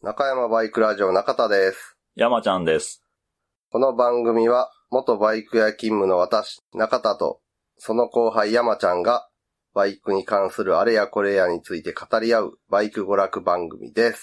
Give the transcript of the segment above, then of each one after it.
中山バイクラジオ中田です。 山ちゃんです。 この番組は元バイク屋勤務の私、中田とその後輩山ちゃんがバイクに関するあれやこれやについて語り合うバイク娯楽番組です。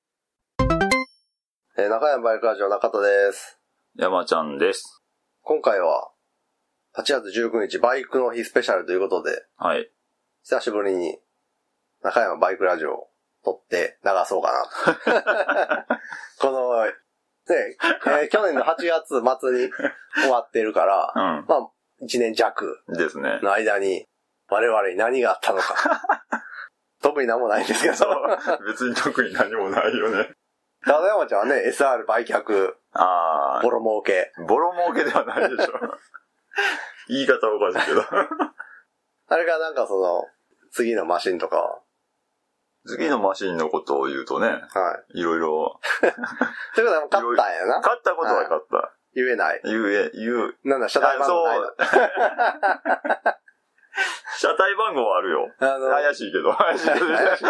中山バイクラジオ中田です。 山ちゃんです。 今回は8月19日バイクの日スペシャルということで、 はい。 久しぶりに中山バイクラジオを撮って流そうかなと。この、ね、去年の8月末に終わってるから、 うん、 まあ、1年弱ですね。 の間に我々に何があったのか。特に何もないんですけど。 別に特に何もないよね。 ただ山ちゃんはね、SR 売却。ボロ儲け。 ボロ儲けではないでしょ。言い方はおかしいけど。 あれがなんか次のマシンとか。 次のマシンのことを言うとね。はい。いろいろ。 ということは買ったんやな。 買ったことは買った。はい、 言えない。 なんだ、車体番号ないの。 車体番号はあるよ。怪しいけど。怪しいけど。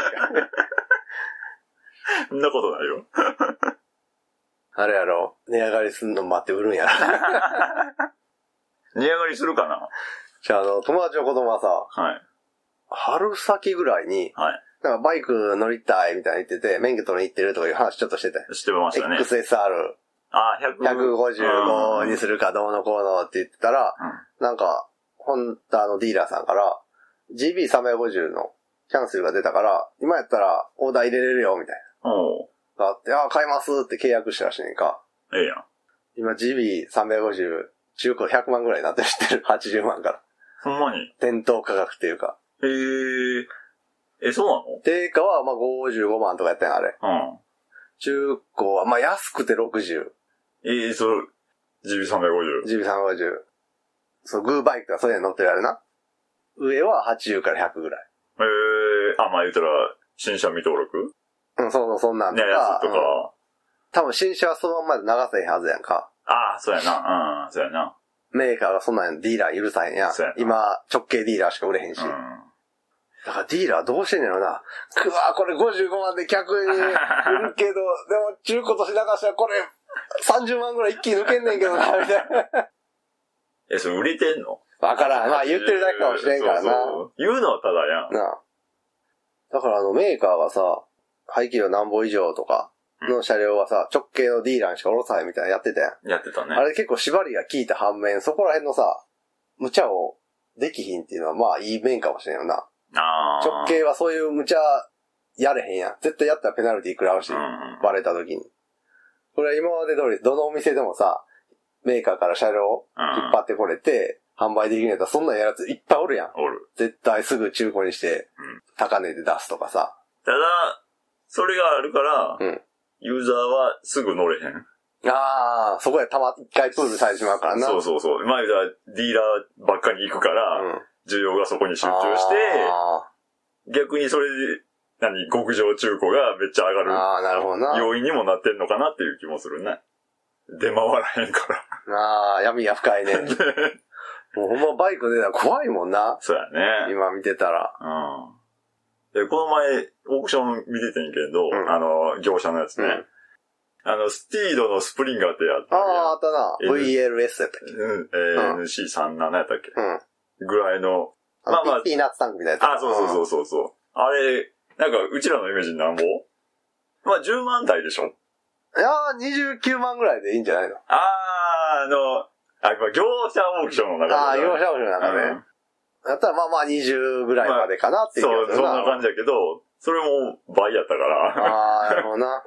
そんなことないよ。 あれやろ。値上がりすんの待って売るんやろ。 値上がりするかな。 じゃあ友達の子供はさ、 はい。 春先ぐらいに、 はい。 なんかバイク乗りたいみたいに言ってて、免許取りに行ってるとかいう話ちょっとしてて。 してましたね。 XSR。155にするかどうのこうのって言ってたら、なんか、ホンダのディーラーさんから、GB350 のキャンセルが出たから、今やったらオーダー入れれるよ、みたいな。があって、買いますって契約したらしいねんか。 ええやん。 今 GB350、中古100万ぐらいになってる知ってる ?80 万から。 ほんまに店頭価格っていうか。 そうなの？ 定価はまあ55万とかやったんやん、あれ。 うん。 中古はまあ安くて60。 GB350。 GB350。そう、グーバイクとかそういうの乗ってるあれな。上は80から100ぐらい。 まあ言うたら、新車未登録？ うん、そんなんとか。 ね、やつとか、 多分新車はそのままで流せへんはずやんか。 そうやな。そうやな。 メーカーがそんなんディーラー許さへんやん。今、直径ディーラーしか売れへんし。だからディーラーどうしてんねやろな。これ55万で客に売るけど、でも中古とし流したらこれ30万ぐらい一気に抜けんねんけどな、みたいな。 それ売れてんの？ わからん。まあ言ってるだけかもしれんからな。 そう言うのはただやん。 なあ。だからメーカーがさ、排気量何本以上とかの車両はさ、直径のディーラーにしか下ろさないみたいなやってたやん。 やってたね。 あれ結構縛りが効いた反面、そこら辺のさ、無茶をできひんっていうのはまあいい面かもしれんよな。直径はそういう無茶やれへんやん。絶対やったらペナルティ食らうし、バレた時に。これは今まで通り、どのお店でもさ、メーカーから車両を引っ張ってこれて、販売できるんやったらそんなんやるやついっぱいおるやん。 おる。 絶対すぐ中古にして、高値で出すとかさ。 ただ、それがあるから、ユーザーはすぐ乗れへん。 そこで一回プールされてしまうからな。 そう。まあ、ディーラーばっかり行くから、需要がそこに集中して、逆にそれで、極上中古がめっちゃ上がる。 なるほどな。 要因にもなってんのかなっていう気もするね。出回らへんから。 闇が深いね。もうほんまバイク出たら怖いもんな。 そうやね。 今見てたら。 で、この前、オークション見ててんけど、業者のやつね。スティードのスプリンガーってやった。 あったな。VLS やったっけ NC37 やったっけぐらいの。 まあ。ピーナッツタンクみたいなやつ。 そう。あれ、なんか、うちらのイメージなんぼ？まあ、10万台でしょ？ いや29万ぐらいでいいんじゃないの？ 業者オークションの中で。 業者オークションの中で。だったらまあ20ぐらいまでかなっていう気がするな。 そんな感じだけど、それも倍やったから。 なるほどな。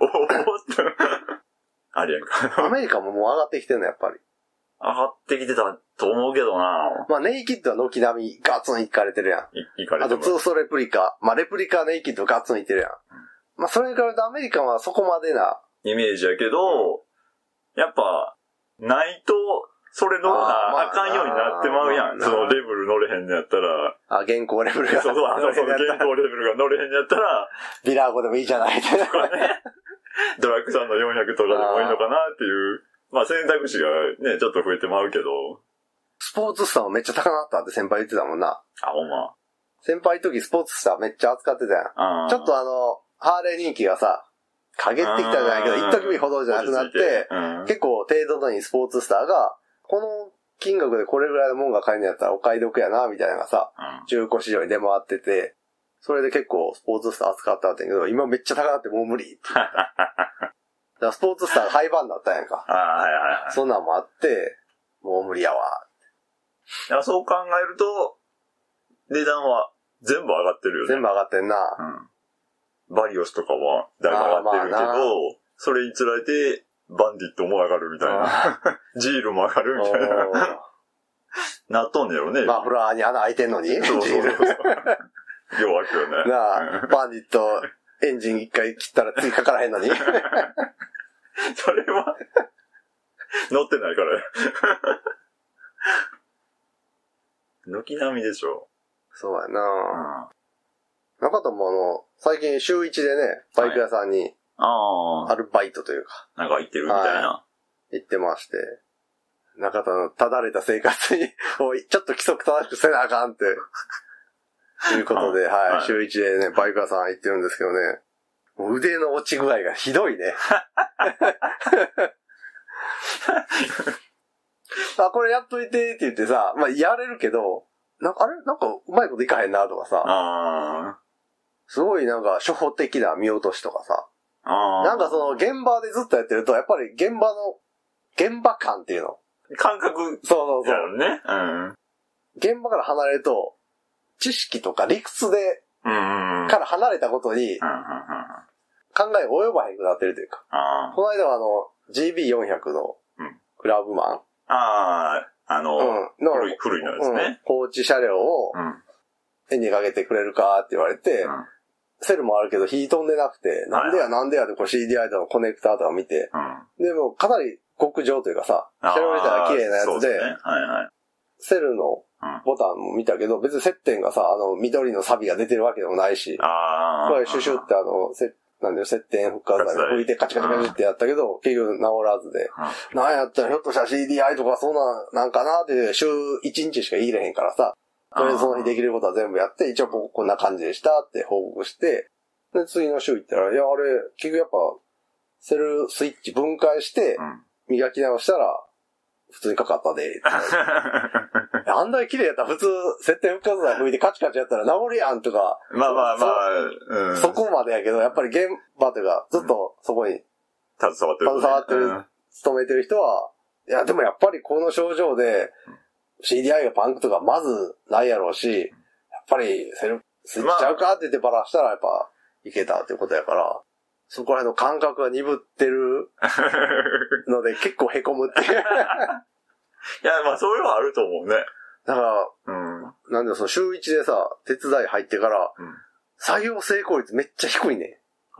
ありやんか。 アメリカももう上がってきてんの、やっぱり。 上がってきてたと思うけどな。 まあネイキッドは軒並みガツンいかれてるやん。 いかれてる。 あとツーストレプリカ。まあレプリカネイキッドガツンいってるやん。まあそれに比べるとアメリカはそこまでな。 イメージやけど、やっぱ、ないと、それのあかんようになってまうやん。そのレベル乗れへんのやったら。 現行レベルが。 そう、現行レベルが乗れへんのやったら。 ビラーゴでもいいじゃないって。 とかね。ドラッグさんの400とかでもいいのかなっていう。まあ選択肢がね、ちょっと増えてまうけど。 スポーツスターもめっちゃ高なったって先輩言ってたもんな。 ほんま。 先輩の時スポーツスターめっちゃ扱ってたやん。ちょっとハーレー人気がさ、 陰ってきたじゃないけど、一時ほどじゃなくなって、結構程度のいいスポーツスターが、この金額でこれぐらいのもんが買えるんやったらお買い得やな、みたいなのがさ、中古市場に出回ってて、それで結構スポーツスター扱ってあったんやけど、今めっちゃ高くなってもう無理って言った。だからスポーツスターが廃盤だったんやんか。そんなんもあって、もう無理やわ。 そう考えると、値段は全部上がってるよね。 全部上がってんな。 バリオスとかはだいぶ上がってるけど、それにつられて、バンディットも上がるみたいな。ジールも上がるみたいな。なっとんねやろね。 マフラーに穴開いてんのにジール。 弱くよね。 なあ、バンディット、エンジン一回切ったら次かからへんのに。 それは、乗ってないから。軒並みでしょ。 そうやな。中田も最近週1でね、バイク屋さんに、アルバイトというか。 なんか行ってるみたいな。 行ってまして、中田のただれた生活に、ちょっと規則正しくせなあかんって、いうことで、週1でね、バイク屋さん行ってるんですけどね、もう腕の落ち具合がひどいね。これやっといてって言ってさ、やれるけど、なんかうまいこといかへんなとかさ、すごい初歩的な見落としとかさ、現場でずっとやってると、やっぱり現場感っていうの。 感覚。 そう。 ね。 現場から離れると、知識とか理屈で、から離れたことに、考え及ばへんくなってるというか。この間はGB400 のクラブマン古いのですね。 放置車両を、絵にかけてくれるかって言われて、セルもあるけど火飛んでなくて、なんでやでCDI とのコネクターとか見て、でもかなり極上というかさ、車両見たら綺麗なやつで、セルのボタンも見たけど、別に接点がさ、緑のサビが出てるわけでもないし、これシュシュって接点復活剤で拭いてカチカチカチってやったけど、結局治らずで、なんやったらひょっとしたら CDI とかそうなんかなって週1日しか入れへんからさ、とりあえずその日できることは全部やって、一応こんな感じでしたって報告して、で、次の週行ったら、いや、あれ、結局やっぱ、セルスイッチ分解して、磨き直したら、普通にかかったで。あんだけ綺麗やったら普通、接点復活剤拭いてカチカチやったら治るやんとか。そこまでやけど、やっぱり現場というか、ずっとそこに、 携わってる、 勤めてる人は、いや、でもやっぱりこの症状で、CDI がパンクとかまずないやろうし、やっぱりセルスイッチちゃうかって言ってバラしたらやっぱいけたっていうことやから、そこら辺の感覚が鈍ってるので結構凹むっていう。いや、それはあると思うね。 だから、なんで週1でさ、手伝い入ってから、作業成功率めっちゃ低いね。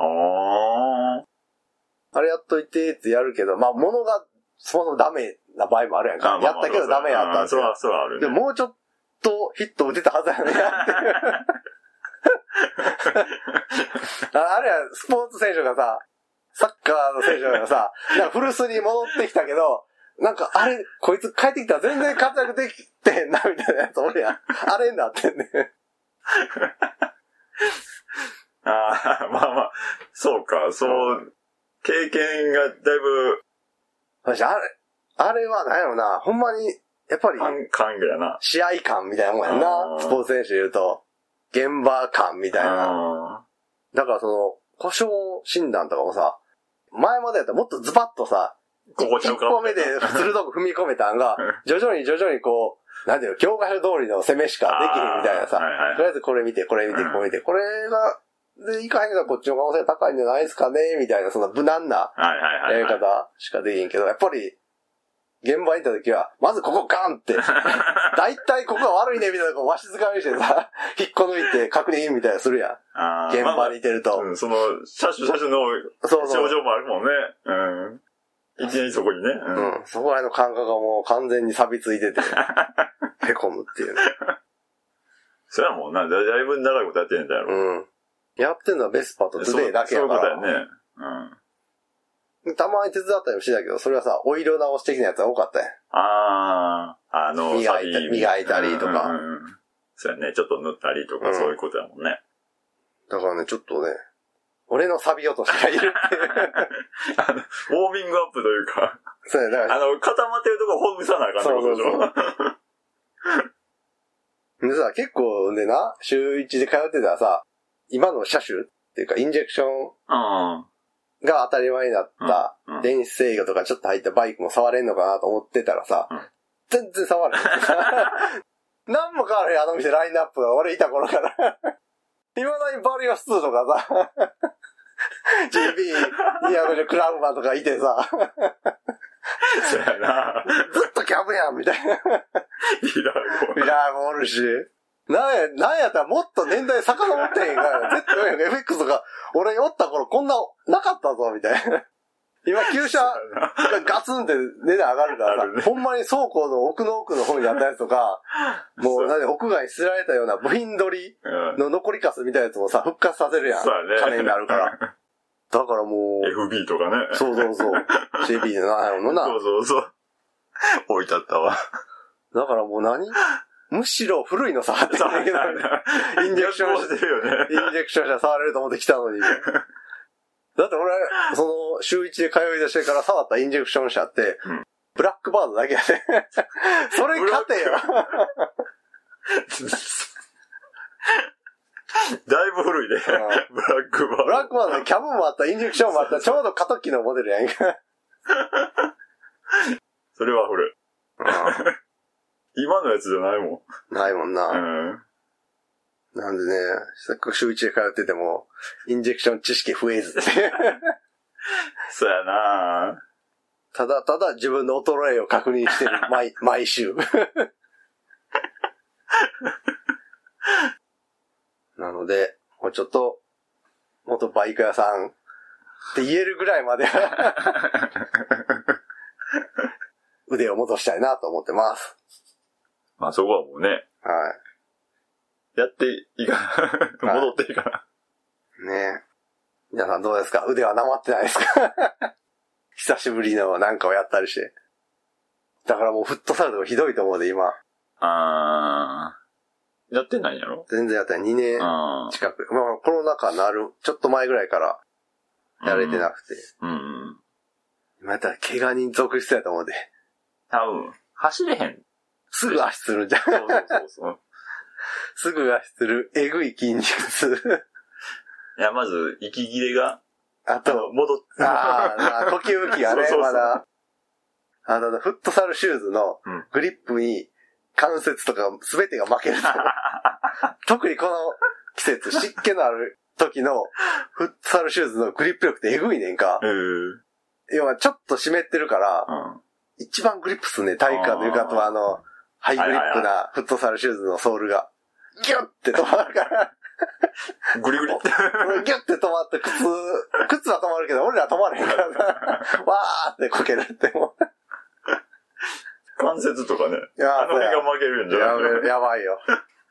あれやっといてってやるけど、物がそもそもダメな場合もあるやんか。やったけどダメやったんですよ。 それはあるね。 でもうちょっとヒット打てたはずやねんなっていう。あれや、スポーツ選手がさ、サッカーの選手がさ、古巣に戻ってきたけど、あれ、こいつ帰ってきたら全然活躍できてんな、みたいなやつおるやん。あれになってんねん。 そうか、経験がだいぶ、 あれは何やろな、ほんまに、やっぱり、 感やな。 試合感みたいなもんやんな、スポーツ選手言うと。現場感みたいな。だから故障診断とかもさ、前までやったらもっとズバッとさ、一歩目で鋭く踏み込めたんが、徐々になんていうの、教科書通りの攻めしかできへんみたいなさ、とりあえずこれ見て、これ見て、これ見て、これが、で、いかへんけどこっちの可能性高いんじゃないですかね、みたいな、無難なやり方しかできへんけど、やっぱり、現場に行った時は、まずここガンって、だいたいここが悪いね、みたいな、わしづかみしてさ、引っこ抜いて確認みたいなするやん。現場にいてると。 車種の症状もあるもんね。いきなりそこにね。 そこら辺の感覚がもう完全に錆びついてて、へこむっていうね。 そりゃもうだいぶ長いことやってんだよ。 やってんのはベスパとトゥデイだけやから。 そういうことだよね。 たまに手伝ったりもしてたけど、それはさ、オイル直し的なやつが多かったやん。磨いたりとか。そうやね、ちょっと塗ったりとか、そういうことやもんね。 だからね、ちょっとね、 俺のサビ落としがいるっていう。 ウォーミングアップというか。 そうや、だから。 固まってるとこほぐさなあかんってことでしょ。 でさ、結構ねな、週1で通ってたらさ、今の車種っていうか、インジェクションが当たり前になった、電子制御とかちょっと入ったバイクも触れんのかなと思ってたらさ、全然触れん。何も変わらへん、あの店ラインナップが俺いた頃から。未だにバリオス2とかさ、GB250 クラブマンとかいてさ、 そうやな。 ずっとキャブやんみたいな。 ミラーゴおるし。なんやったらもっと年代遡ってへんから、ZFX とか、俺おった頃こんな、なかったぞ、みたいな。今、旧車がガツンって値段上がるからさ、ほんまに倉庫の奥の奥の方にあったやつとか、もう、屋外に捨てられたような部品取りの残りカスみたいなやつもさ、復活させるやん。金になるから。だからもう。 FB とかね。 そう。CB でな、のな。 そう。置いてあったわ。 だからもうむしろ古いの触ってないけど、インジェクションしてるよね。インジェクションしたら触れると思ってきたのに。だって俺、週1で通い出してから触ったインジェクション車って、ブラックバードだけやで。それ勝てよ。 だいぶ古いね。ブラックバード。 ブラックバードキャブもあった、インジェクションもあった、ちょうど過渡期のモデルやんか。 それは古い。今のやつじゃないもん。ないもんな。なんでね、せっかく週1で通ってても、インジェクション知識増えずって。 そうやな。 ただ自分の衰えを確認してる、毎週。なので、もうちょっと、元バイク屋さんって言えるぐらいまで腕を戻したいなと思ってます。 まあそこはもうね。 はい。 やっていいかな。戻っていいかな。ねえ。皆さんどうですか？腕はなまってないですか？久しぶりのなんかをやったりして。だからもうフットサルとかひどいと思うで、今。 やってないんやろ？ 全然やってない。2年近く。まあコロナ禍なる、ちょっと前ぐらいからやれてなくて。今やったら怪我人続出やと思うで。 多分、走れへん。 すぐ足するんじゃん。そう。すぐ足する。えぐい筋肉痛。 いや、まず、息切れが。 あと、 戻って。 呼吸器がね、まだ。フットサルシューズのグリップに関節とか全てが負ける。特にこの季節、湿気のある時のフットサルシューズのグリップ力ってえぐいねんか。要はちょっと湿ってるから、一番グリップすんねん、体育館の床とハイグリップなフットサルシューズのソールが。ギュッて止まるから。 グリグリって。 ギュッて止まって、靴は止まるけど、俺ら止まれへんからさ、わーってこけるってもう。 関節とかね。あの辺が負けるんじゃない？ やばいよ。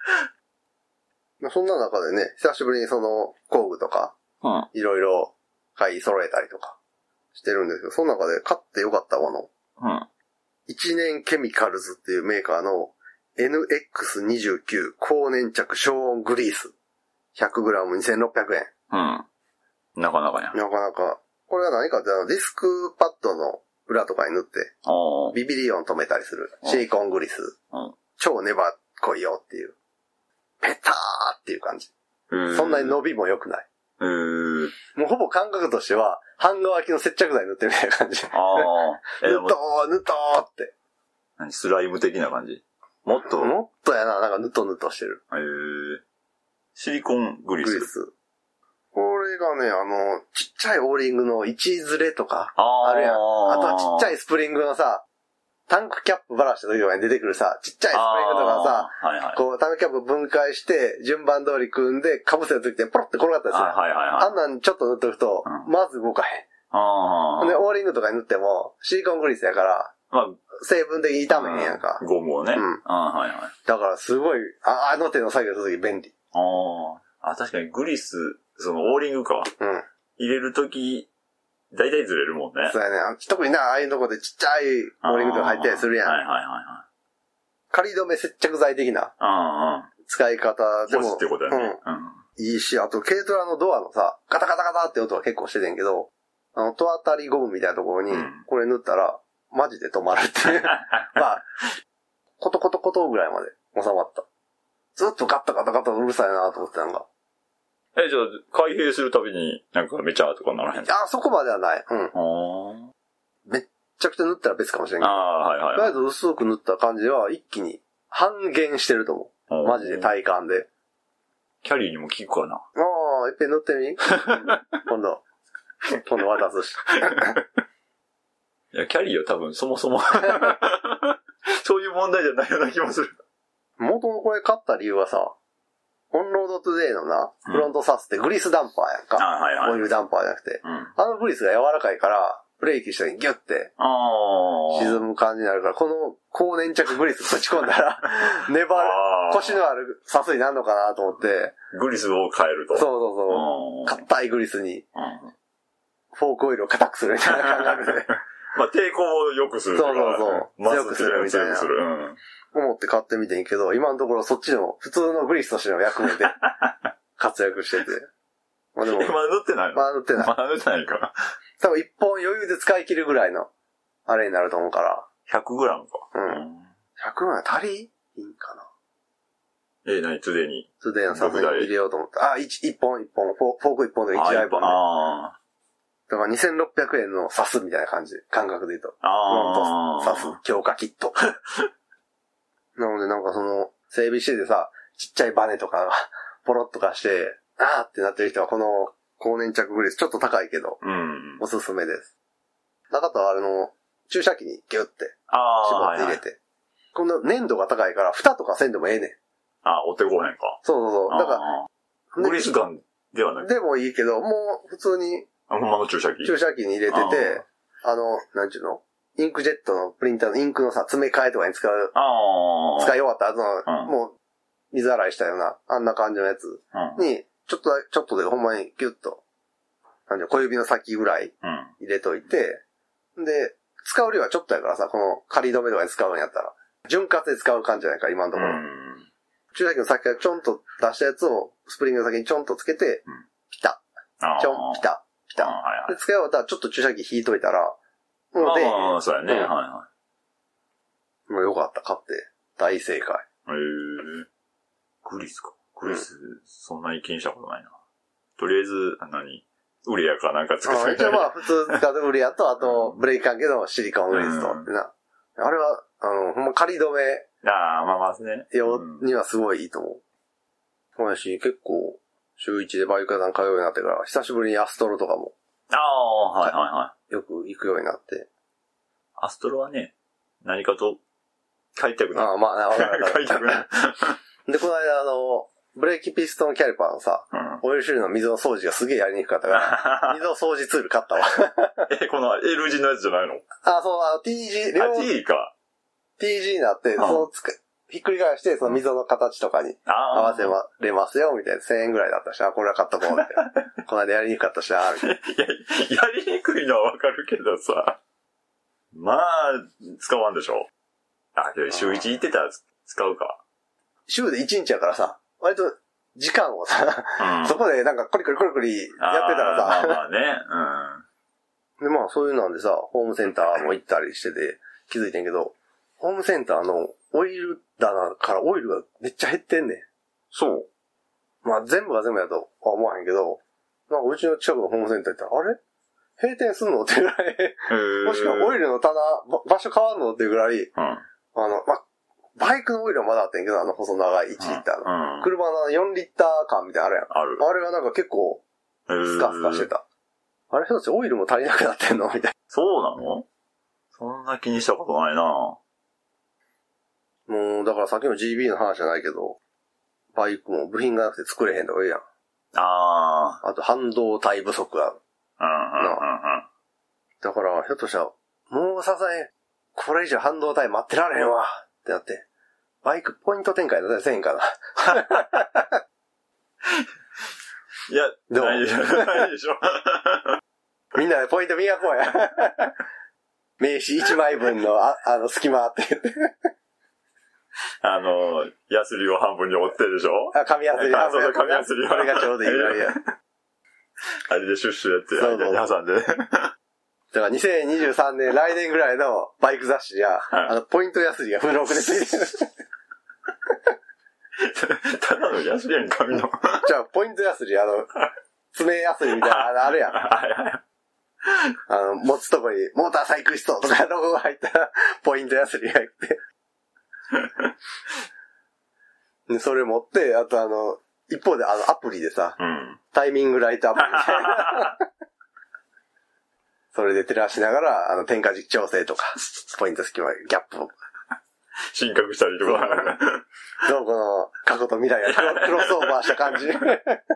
そんな中でね、久しぶりに工具とか、いろいろ買い揃えたりとかしてるんですけど、その中で買ってよかったもの。一年ケミカルズっていうメーカーの NX29 高粘着消音グリース。100g2600 円。 なかなかや。 なかなか。これは何かってディスクパッドの裏とかに塗って、ビビリオン止めたりするシリコングリス。超粘っこいよっていう。ペターっていう感じ。そんなに伸びも良くない。もうほぼ感覚としては、半乾きの接着剤塗ってるみたいな感じ。ぬとーって。 何スライム的な感じ？もっとやな、なんかぬとぬとしてる。 シリコングリス。 これがね、ちっちゃいオーリングの位置ずれとか、あるやん。あとはちっちゃいスプリングのさ、タンクキャップばらした時とかに出てくるさ、ちっちゃいスプリングとかさ、こうタンクキャップ分解して、順番通り組んで、被せる時ってポロって転がったりする。あんなんちょっと塗っとくと、まず動かへん。で、オーリングとかに塗っても、シリコングリスやから、成分的に傷めへんやんか。 ゴムをね。 だからすごい、あの手の作業するとき便利。 確かにグリス、オーリングか。入れるとき、だいたいずれるもんね。 そうやね。特にな、ああいうとこでちっちゃいオーリングとか入ったりするやん。仮止め接着剤的な使い方でも。 ってことだよね。 いいし、あと軽トラのドアのさ、ガタガタガタって音は結構しててんけど、戸当たりゴムみたいなところに、これ塗ったら、マジで止まるっていう。まあ、コトコトコトぐらいまで収まった。ずっとガッタガタガタうるさいなと思ってたのが。 じゃあ、開閉するたびになんかめちゃとかならへん？ そこまではない。うん。めっちゃくちゃ塗ったら別かもしれんけど。 はいはい。 とりあえず薄く塗った感じでは一気に半減してると思う。マジで体感で。 キャリーにも効くかな。 いっぺん塗ってみ今度渡すし。 いや、キャリーは多分そもそもそういう問題じゃないような気もする。 元々これ買った理由はさ、オンロードトゥデイのな、フロントサスってグリスダンパーやんか。 はいはい。 オイルダンパーじゃなくて。グリスが柔らかいから、ブレーキした時にギュッて沈む感じになるから、この高粘着グリスぶち込んだら、腰のあるサスになるのかなと思って。 グリスを変えると。 そう。硬いグリスに、フォークオイルを硬くするみたいな感覚で。 まあ抵抗を良くするとか。 強くするみたいな。思って買ってみてんけど、今のところそっちの普通のグリスとしての役目で活躍してて。 まだ塗ってないの？ まだ塗ってない。 まだ塗ってないか。 多分1本余裕で使い切るぐらいの、あれになると思うから。 100グラムか。 100グラム足りいいんかな。 何トゥデイに。 トゥデイのサスに入れようと思った。1本、フォーク1本で1台分で。だから2600円のサスみたいな感じ。感覚で言うと。フロントサス強化キット。なのでなんか整備しててさ、ちっちゃいバネとかがポロッとかして、ってなってる人はこの高粘着グリスちょっと高いけど、おすすめです。中田は注射器にギュッて絞って入れて。この粘度が高いから蓋とかせんでもええねん。 お手ごへんか。 そう。だから、 グリスガンではない。 でもいいけど、もう普通に、 ほんまの注射器に入れてて、なんちゅうのインクジェットのプリンターのインクのさ、詰め替えとかに使い終わった後の、もう、水洗いしたような、あんな感じのやつに、ちょっとでほんまにギュッと、小指の先ぐらい入れといて、で、使う量はちょっとやからさ、この仮止めとかに使うんやったら、潤滑で使う感じじゃないか、今のところ。注射器の先からちょんと出したやつを、スプリングの先にちょんとつけて、ピタッ。ちょん、ピタッ、ピタッ。で、使い終わったらちょっと注射器引いといたら、もうで、 そうやね。 もうよかった、買って。大正解。 グリスか。グリス、そんなに気にしたことないな。とりあえず、ウレアかなんか使って。 一応普通使うウレアと、あと、ブレーキ関係のシリカンウレスとってな。あれは、ほんま仮止め。 ね。 用にはすごいいいと思う。そうやし、結構、週1でバイク屋さん通うようになってから、久しぶりにアストロとかも。よく行くようになって。 アストロはね、何かと買いたくない。 買いたくない。で、この間ブレーキピストンキャリパーのさ、オイルシールの溝の掃除がすげえやりにくかったから、溝掃除ツール買ったわ。 この L 字のやつじゃないの？ T 字、 T か。 T 字になって、ひっくり返して、その溝の形とかに合わせれますよ、みたいな。1000円ぐらいだったしな、これは買っとこうって。この間やりにくかったしな、みたいな。 やりにくいのはわかるけどさ。使わんでしょ。週1行ってたら使うか。 週で1日やからさ、割と時間をさ、そこでなんかコリコリやってたらさ。で、そういうのでさ、ホームセンターも行ったりしてて気づいてんけど、ホームセンターのオイル棚からオイルがめっちゃ減ってんねん。 そう。 全部が全部やとは思わへんけど、なんかうちの近くのホームセンター行ったら、あれ閉店すんのってぐらい、もしくはオイルの棚、場所変わんのっていうぐらい、バイクのオイルはまだあってんけど、細長い1リッターの。車の4リッター缶みたいなのあるやん。あれはなんか結構、スカスカしてた。あれ、ひょっとしてオイルも足りなくなってんのみたいな。 そうなの？そんな気にしたことないな。 もう、だからさっきの GB の話じゃないけど、バイクも部品がなくて作れへんとかいいやん。あと半導体不足が。だから、ひょっとしたら、もうさすがに、これ以上半導体待ってられへんわってなって、バイクポイント展開だったらせへんかな。 いや、ないでしょ。 みんなでポイント磨こうや。名刺1枚分の、隙間あって。 ヤスリを半分に折ってでしょ？ 紙ヤスリ。 そう、紙ヤスリ。 あれがちょうどいいぐらいや。 あれでシュッシュやって、間に挟んで。 だから2023年、来年ぐらいのバイク雑誌じゃ、ポイントヤスリが付録でついてる。 ただのヤスリやん、紙の。 じゃあ、ポイントヤスリ、爪ヤスリみたいな、あるやん。持つとこに、モーターサイクリストとかロゴが入ったポイントヤスリが入って。でそれ持って、あと一方でアプリでさ、タイミングライトアプリみたいな。それで照らしながら、点火軸調整とか、ポイント隙間、ギャップを。 深刻したりとか。 どうこの過去と未来がクロスオーバーした感じ。なか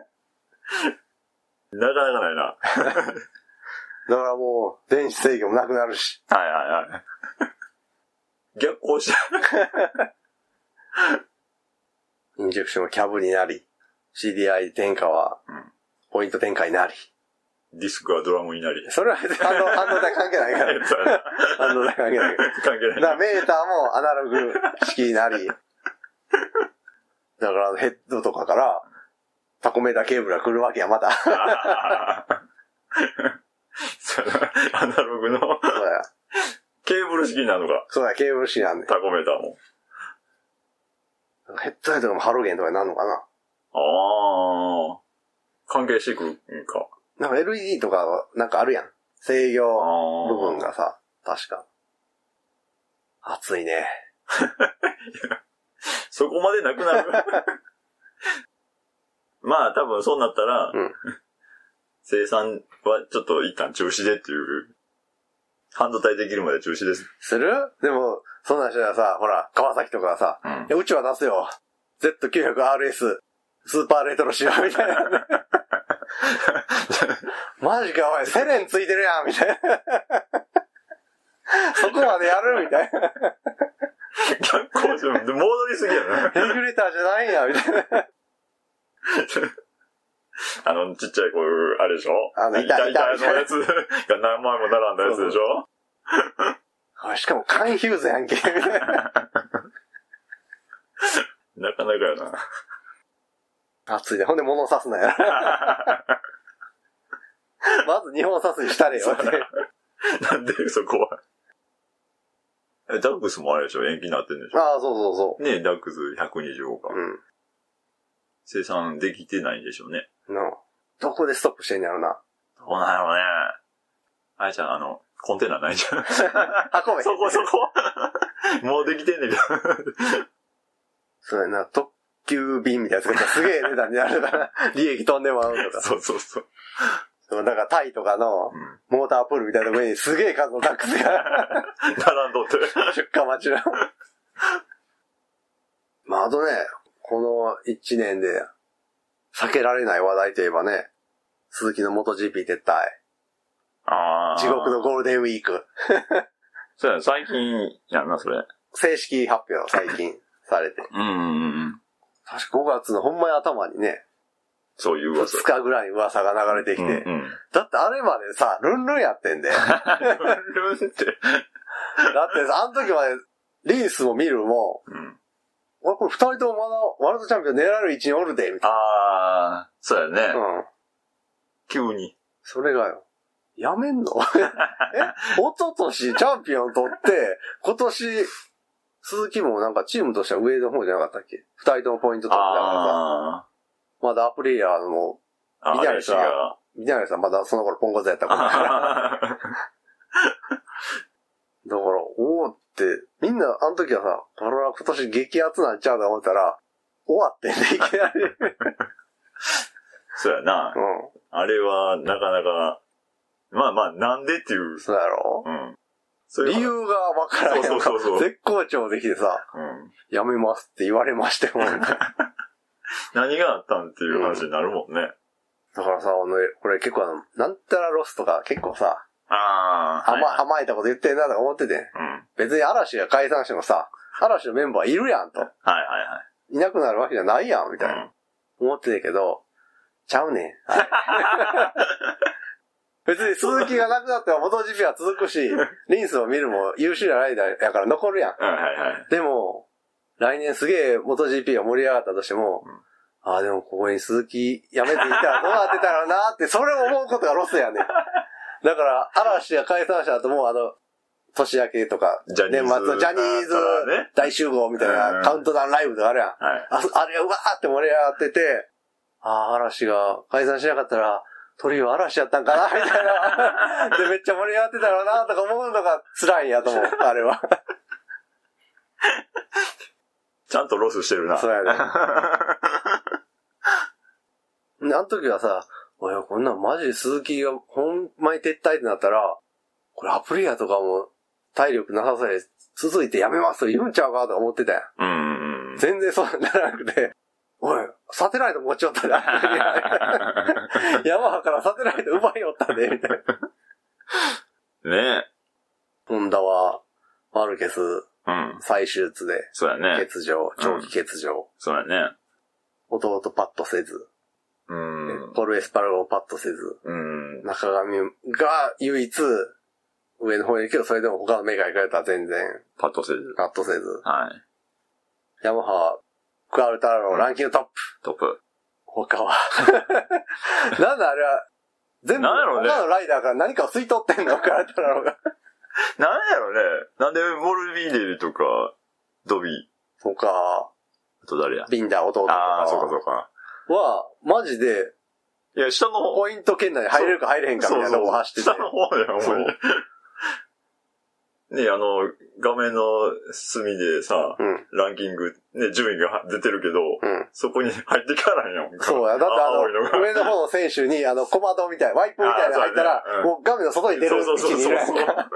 なかないな。 だからもう、電子制御もなくなるし。 はい。逆行した。 インジェクションはキャブになり、CDI 転換は、ポイント転換になり。 ディスクはドラムになり。 それは半導体関係ないから。半導体関係ないから。 関係ない。 だからメーターもアナログ式になり。だからヘッドとかから、タコメーターケーブルが来るわけや、また。 アナログのケーブル式になるのか。 そうや、ケーブル式なんで。 タコメーターも。 ヘッドライトとかもハロゲンとかになるのかな。 関係してくるんか。 なんか LED とかなんかあるやん。制御部分がさ、確か。熱いね。 そこまでなくなる。まあ多分そうなったら、生産はちょっと一旦中止でっていう、半導体できるまで中止です。 する？でも、そんなんしたらさ、ほら、川崎とかはさ、うちは出すよ。Z900RS、スーパーレトロ仕様みたいな。マジかおい、セレンついてるやんみたいな。そこまでやるみたいな。 逆行じゃん。戻りすぎやな。 レギュレーターじゃないんや、みたいな。 ちっちゃいこういう、あれでしょ？ 板のやつが何枚も並んだやつでしょ？ しかもカンヒューズやんけ、みたいな。 なかなかやな。 熱いね。ほんで物刺すなよ。まず日本刺すにしたれよって。 なんでそこは。ダックスもあれでしょ？延期になってんでしょ？ そう。 ねえ、ダックス125か。生産できてないんでしょうね。 どこでストップしてんやろな。 どうなんやろうね。あれじゃん、コンテナないんじゃん。運べ。 そこ。もうできてんねんけど。 そうやな、特急便みたいなやつがすげえ値段になるから、利益飛んでまうとか。 そう。 だからタイとかのモータープールみたいなところにすげえ数のダックスが並んどって。 出荷待ちの。まああとね、この1年で避けられない話題といえばね、鈴木の元 GP 撤退。地獄のゴールデンウィーク。 そうや、最近やんな、それ。 正式発表最近されて。確か5月のほんまに頭にね、 そういう噂。 2日ぐらい噂が流れてきて。だってあれまでさ、ルンルンやってんで。ルンルンって。だってあの時まで、リースもミルも、俺これ2人ともまだワールドチャンピオン狙える位置におるで、みたいな。 そうやね。急に。 それがよ。やめんの？一昨年チャンピオン取って、今年、鈴木もなんかチームとしては上の方じゃなかったっけ？二人ともポイント取ってたからさ。まだアプリエアの、ミナリさんまだその頃ポンコツやったから。だから、おーって、みんなあの時はさ、これは今年激アツなんちゃうと思ったら、終わってんね、いきなり。 そうやな。あれはなかなか、まあなんでっていう。 そうやろ？理由がわからんやんか。絶好調できてさ、やめますって言われましたよ。 何があったんっていう話になるもんね。 だからさ、これ結構なんたらロスとか結構さ、甘えたこと言ってんなとか思ってて、別に嵐が解散してもさ、嵐のメンバーいるやんと。いなくなるわけじゃないやん、みたいな。思ってたけど、ちゃうねん。別に鈴木がなくなっても元 GP は続くし、リンスを見るも優秀なライダーやから残るやん。でも、 来年すげえ MotoGP が盛り上がったとしても、でもここに鈴木辞めていたらどうなってたらなって、それを思うことがロスやねん。だから、嵐が解散した後も、年明けとか、年末のジャニーズ大集合みたいなカウントダウンライブとかあるやん。あれがうわーって盛り上がってて、嵐が解散しなかったら、トリオ嵐やったんかなみたいな。で、めっちゃ盛り上がってたろうなとか思うのが辛いんやと思う、あれは。 ちゃんとロスしてるな。 そうやね。あの時はさ、おいこんなんマジで鈴木がほんまに撤退ってなったら、これアプリアとかも体力なさそうで続いてやめますと言うんちゃうかとか思ってたやん。全然そうならなくて、おい、サテライト持ちよったで、ヤマハからサテライト奪いよったで、みたいな。 ねえ。 ホンダは、マルケス、再手術で、 そうやね。 欠場、長期欠場。 そうやね。 弟パッとせず。ポルエスパルゴをパッとせず。中上が唯一、上の方にいるけど、それでも他のメーカーに行かれたら全然。 パッとせず。 はい。ヤマハ、クアルタラロランキングトップ。 トップ。 他は。なんだあれは、全部、他のライダーから何かを吸い取ってんのクアルタラロが。 なんやろね。なんでモルビーデルとか、ドビー。 とか、 あと誰やビンダー弟とか。 そうか。 は、マジで、 いや、下の方。 ポイント圏内に入れるか入れへんかみたいなとこ走ってて。 下の方や、ほんまに。ね、画面の隅でさ、ランキング、ね、順位が出てるけど、そこに入ってからんやん。 そうや。だって上の方の選手に、小窓みたいな、ワイプみたいなの入ったら、もう画面の外に出る位置にいるやんか。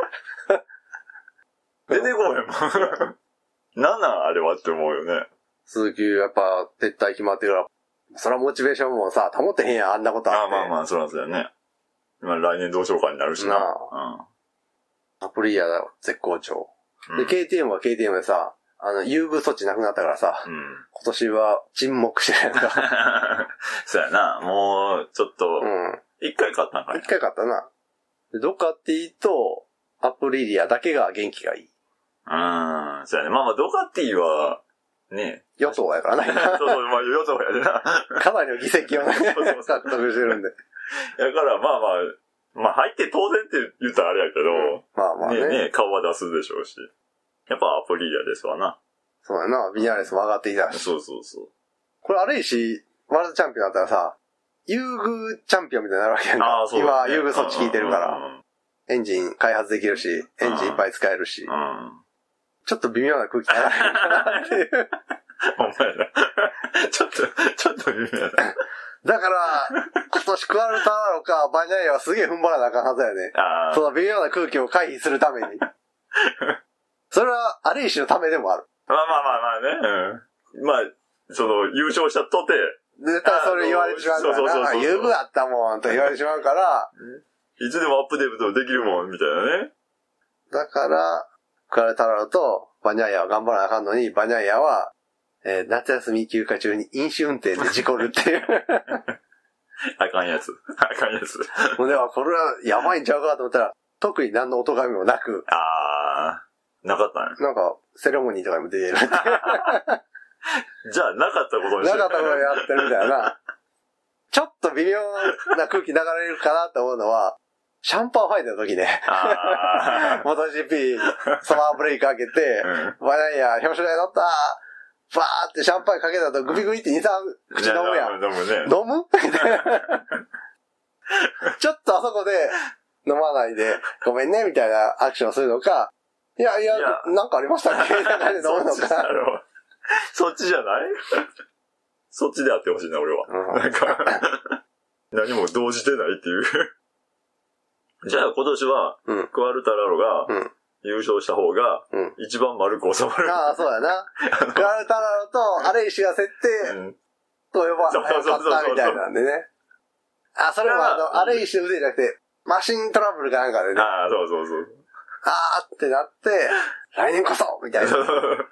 出てこへんもん。なんなんあれはって思うよね。 鈴木、やっぱ、撤退決まってから、そらモチベーションもさ、保ってへんやん、あんなことあって。 まあ、そらそうやね。来年どうしようかになるしな。 アプリア絶好調。で、KTM は KTM でさ、優遇措置なくなったからさ、今年は沈黙してるやんか。 そうやな、もう、ちょっと、一回勝ったんかい。 一回勝ったな。で、ドカティとアプリリアだけが元気がいい。 そうやね。まあ、ドカティは、ね。 与党やからな。 そう、まあ、与党やでな。 かなりの議席をね、獲得してるんで。 だから、まあ入って当然って言ったらあれやけど、 まあね。 顔は出すでしょうし。やっぱアプリリアですわな。 そうやな、ビニャーレスも上がってきたし。 そう。 これあれいし、ワールドチャンピオンだったらさ、優遇チャンピオンみたいになるわけやんか。今、優遇措置効いてるから。エンジン開発できるし、エンジンいっぱい使えるし。ちょっと微妙な空気にならへんかなっていう。 お前ら。ちょっと微妙だ。 だから、今年クアルタラロかバニャイアはすげえ踏ん張らなあかんはずやね。その微妙な空気を回避するために。それは、アレイシのためでもある。 まあね。優勝したとて。 絶対それ言われてしまうからな。優遇あったもんと言われてしまうから。 いつでもアップデートできるもん、みたいなね。 だから、クアルタラロとバニャイアは頑張らなあかんのに、バニャイアは、夏休み休暇中に飲酒運転で事故るっていう。 あかんやつ。 もうでもこれはやばいんちゃうかと思ったら、特に何の音紙もなく。 なかったね。 なんか、セレモニーとかにも出てる。 じゃあ、なかったことにしてなかったことやってるみたいな。ちょっと微妙な空気流れるかなと思うのは、シャンパンファイトの時ね。MotoGP、サマーブレイク開けて、バニャイア表彰台乗ったバーってシャンパンかけた後グビグビって2、3口飲むやん。飲むみたいな。ちょっとあそこで飲まないでごめんねみたいなアクションをするのか、いや、なんかありましたっけみたいな感じで飲むのか。 そっちじゃないそっちであってほしいな、俺は。なんか、何も動じてないっていう。じゃあ今年は、クアルタラロが、優勝した方が、一番丸く収まる。 そうやな。クアルタラロとアレイシが設定、と呼ばなかったみたいなんでね。それはアレイシの腕じゃなくて、マシントラブルかなんかでね。 そう。 ってなって、来年こそみたいな。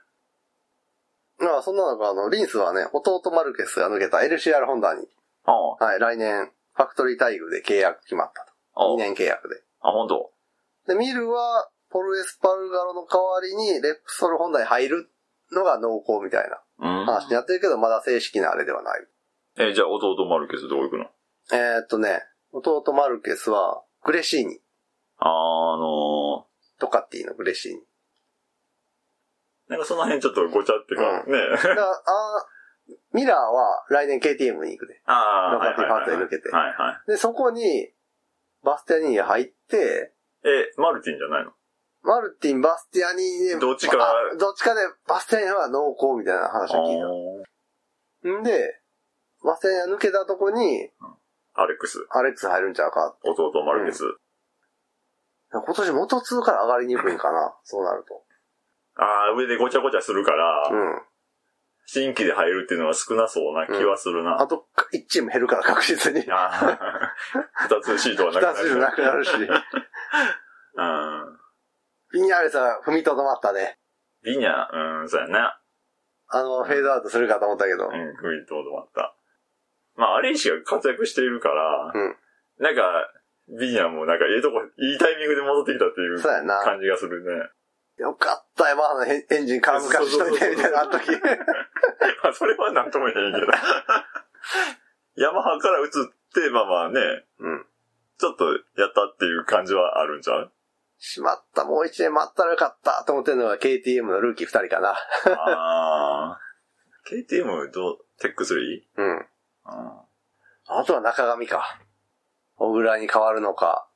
そんな中、リンスはね、弟マルケスが抜けた LCR ホンダに、来年、ファクトリー待遇で契約決まったと。2年契約で。 本当。 で、ミルは、ポルエスパルガロの代わりに、レプソルホンダに入るのが濃厚みたいな話になってるけど、まだ正式なあれではない。 じゃあ弟マルケスどこ行くの？ 弟マルケスは、グレシーニ。ドカティのグレシーニ。 なんかその辺ちょっとごちゃってか、ね。 だからミラーは来年 KTM に行くで。ドカティファートに抜けて。 はいはい。 で、そこに、バスティアニー入って、 マルティンじゃないの？ マルティン、バスティアニーで、 どっちかで、バスティアニーは濃厚みたいな話を聞いた。んで、バスティアニーが抜けたとこに、 アレックス入るんちゃうか。 弟マルケス。 今年元2から上がりにくいんかな、そうなると。 上でごちゃごちゃするから、新規で入るっていうのは少なそうな気はするな。 あと、1チーム減るから確実に。 2つシートはなくなる。 2つシートなくなるし。ビニャーレさ、踏みとどまったね。 ビニャー、そうやな。 フェードアウトするかと思ったけど。 踏みとどまった。まあ、アレイシが活躍しているから、なんか、ビニャーもなんかいいタイミングで戻ってきたっていう感じがするね。 よかった、ヤマハのエンジン軽くしといてみたいな、あの時。 それはなんとも言えんけど。ヤマハから移って、まあまあね、ちょっとやったっていう感じはあるんちゃう？ しまった、もう1年待ったらよかったと思ってるのが KTM のルーキー2人かな。 KTM テック 3？ あとは中上か。小倉に変わるのか。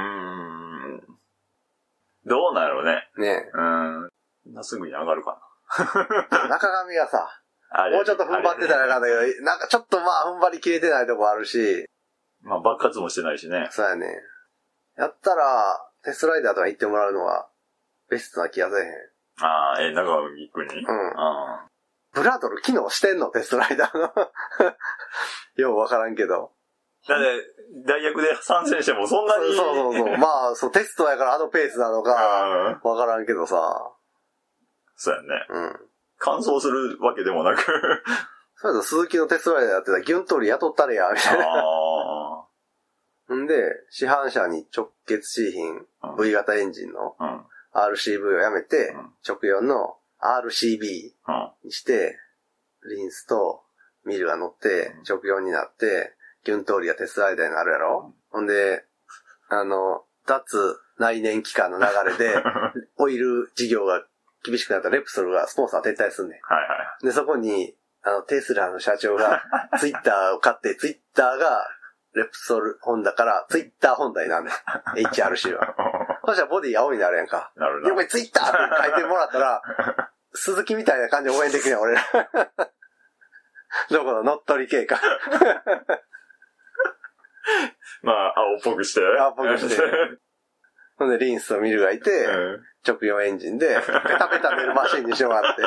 どうなんやろうね。 ねえ。すぐに上がるかな。中上がさ、もうちょっと踏ん張ってたらよかったけど、なんかちょっと踏ん張りきれてないとこあるし。 まあ爆発もしてないしね。 そうやね。やったら、テストライダーとか行ってもらうのは、ベストな気がせえへん。 中上君に？ ブラドル機能してんの？テストライダーの。ようわからんけど。 だって、代役で参戦してもそんなに。 そう。テストやからペースなのか、わからんけどさ。 そうやね。乾燥するわけでもなく。 そうやと鈴木のテストライダーやってたらギュントリ雇ったれや、みたいな。んで、市販車に直結しひん V 型エンジンの RCV をやめて、直4の RCB にして、リンスとミルが乗って直4になって、ギュントーリアテストライダーになるやろ？ほんで、脱内燃機関の流れで、オイル事業が厳しくなったらレプソルがスポンサー撤退すんねん。で、そこに、テスラの社長がツイッターを買って、ツイッターがレプソルホンダからツイッターホンダになるねん。HRC は。そしたらボディ青になるやんか。 なるな。 やっぱりツイッターって書いてもらったら、鈴木みたいな感じで応援できるやん、俺ら。どこの乗っ取り系か。 まあ、青っぽくして。 ほんで、リンスとミルがいて、直4エンジンで、ペタペタ出るマシンにしてもらって。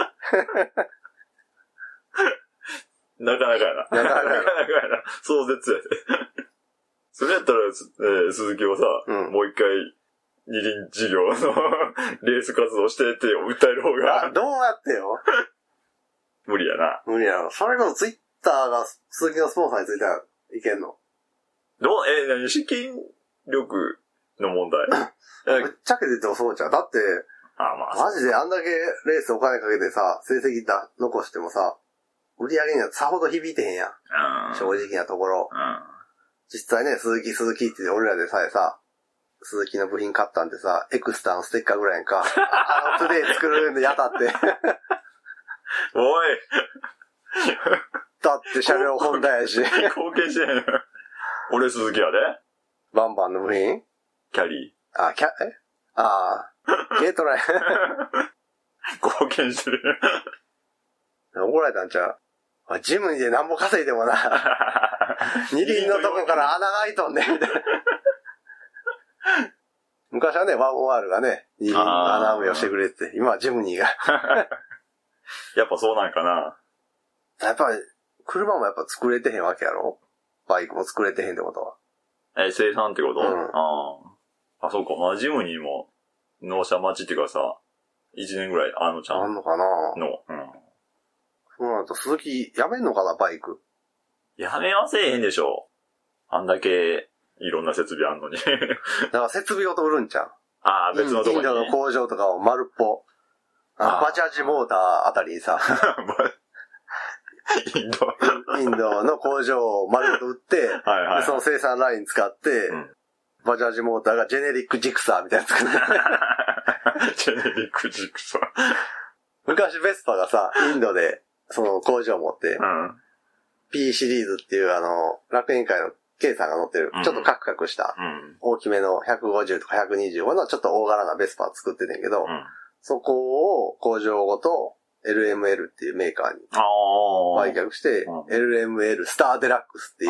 なかなかやな。壮絶やで。それやったら、鈴木をさ、もう一回、二輪事業のレース活動してって訴える方が。 どうやってよ。 無理やな。 無理やろ。それこそツイッターが鈴木のスポンサーについたらいけんの？ 何資金力の問題？ ぶっちゃけて言ってもそうじゃん。だって、マジであんだけレースお金かけてさ、成績残してもさ、売り上げにはさほど響いてへんやん。正直なところ。実際ね、鈴木って俺らでさえさ、鈴木の部品買ったんでさ、エクスターのステッカーぐらいやんか。トゥデイ作るのやたって。 おいだって車両ホンダやし。 貢献してへん。俺鈴木やで。 バンバンの部品？ キャリー。 軽トライ。 貢献してる。 怒られたんちゃう？ジムニでなんぼ稼いでもな。二輪のとこから穴が開いとんねん、みたいな。昔はね、ワゴン R がね、二輪穴埋めをしてくれて、今はジムニーが。 やっぱそうなんかな。 やっぱり、車もやっぱ作れてへんわけやろ？バイクも作れてへんってことは。 生産ってこと？そうか。まあ、ジムニーも、納車待ちっていうかさ、1年ぐらいちゃん。 あんのかな？そうなると、鈴木、やめんのかな、バイク。 やめはせえへんでしょ。あんだけ、いろんな設備あんのに。 だから設備ごと売るんちゃう？ 別のとこに。 インドの工場とかを丸っぽ。 バジャージモーターあたりにさ、インドの工場を丸ごと売って、はいはい、でその生産ライン使って、バジャージモーターがジェネリックジクサーみたいなやつ作ってジェネリックジクサー。 昔ベスパがさ、インドでその工場を持って、P シリーズっていう楽園会の K さんが乗ってる、ちょっとカクカクした、大きめの150とか125のちょっと大柄なベスパを作っててんけど、そこを工場ごと LML っていうメーカーに売却して、LML スターデラックスっていう、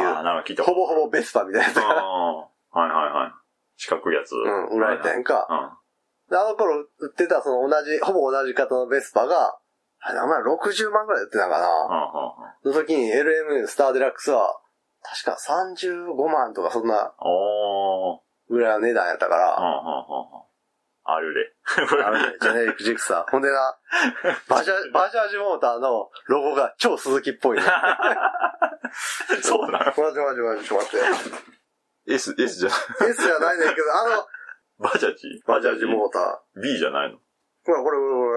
ほぼほぼベスパみたいなやつが、 はいはいはい。四角いやつ。 売られたやんか。であの頃売ってたそのほぼ同じ型のベスパが、名前60万くらいで売ってたかな。の時に LML スターデラックスは、確か35万とかそんな、ぐらいの値段やったから、 あるで。 あるで、ジェネリックジクサー。ほんでな、バジャージモーターのロゴが超鈴木っぽいね。 そうなの？ マジ、ちょっと待って。 S じゃない。 S じゃないねんけど、 バジャージモーター。 B じゃないの？ これ。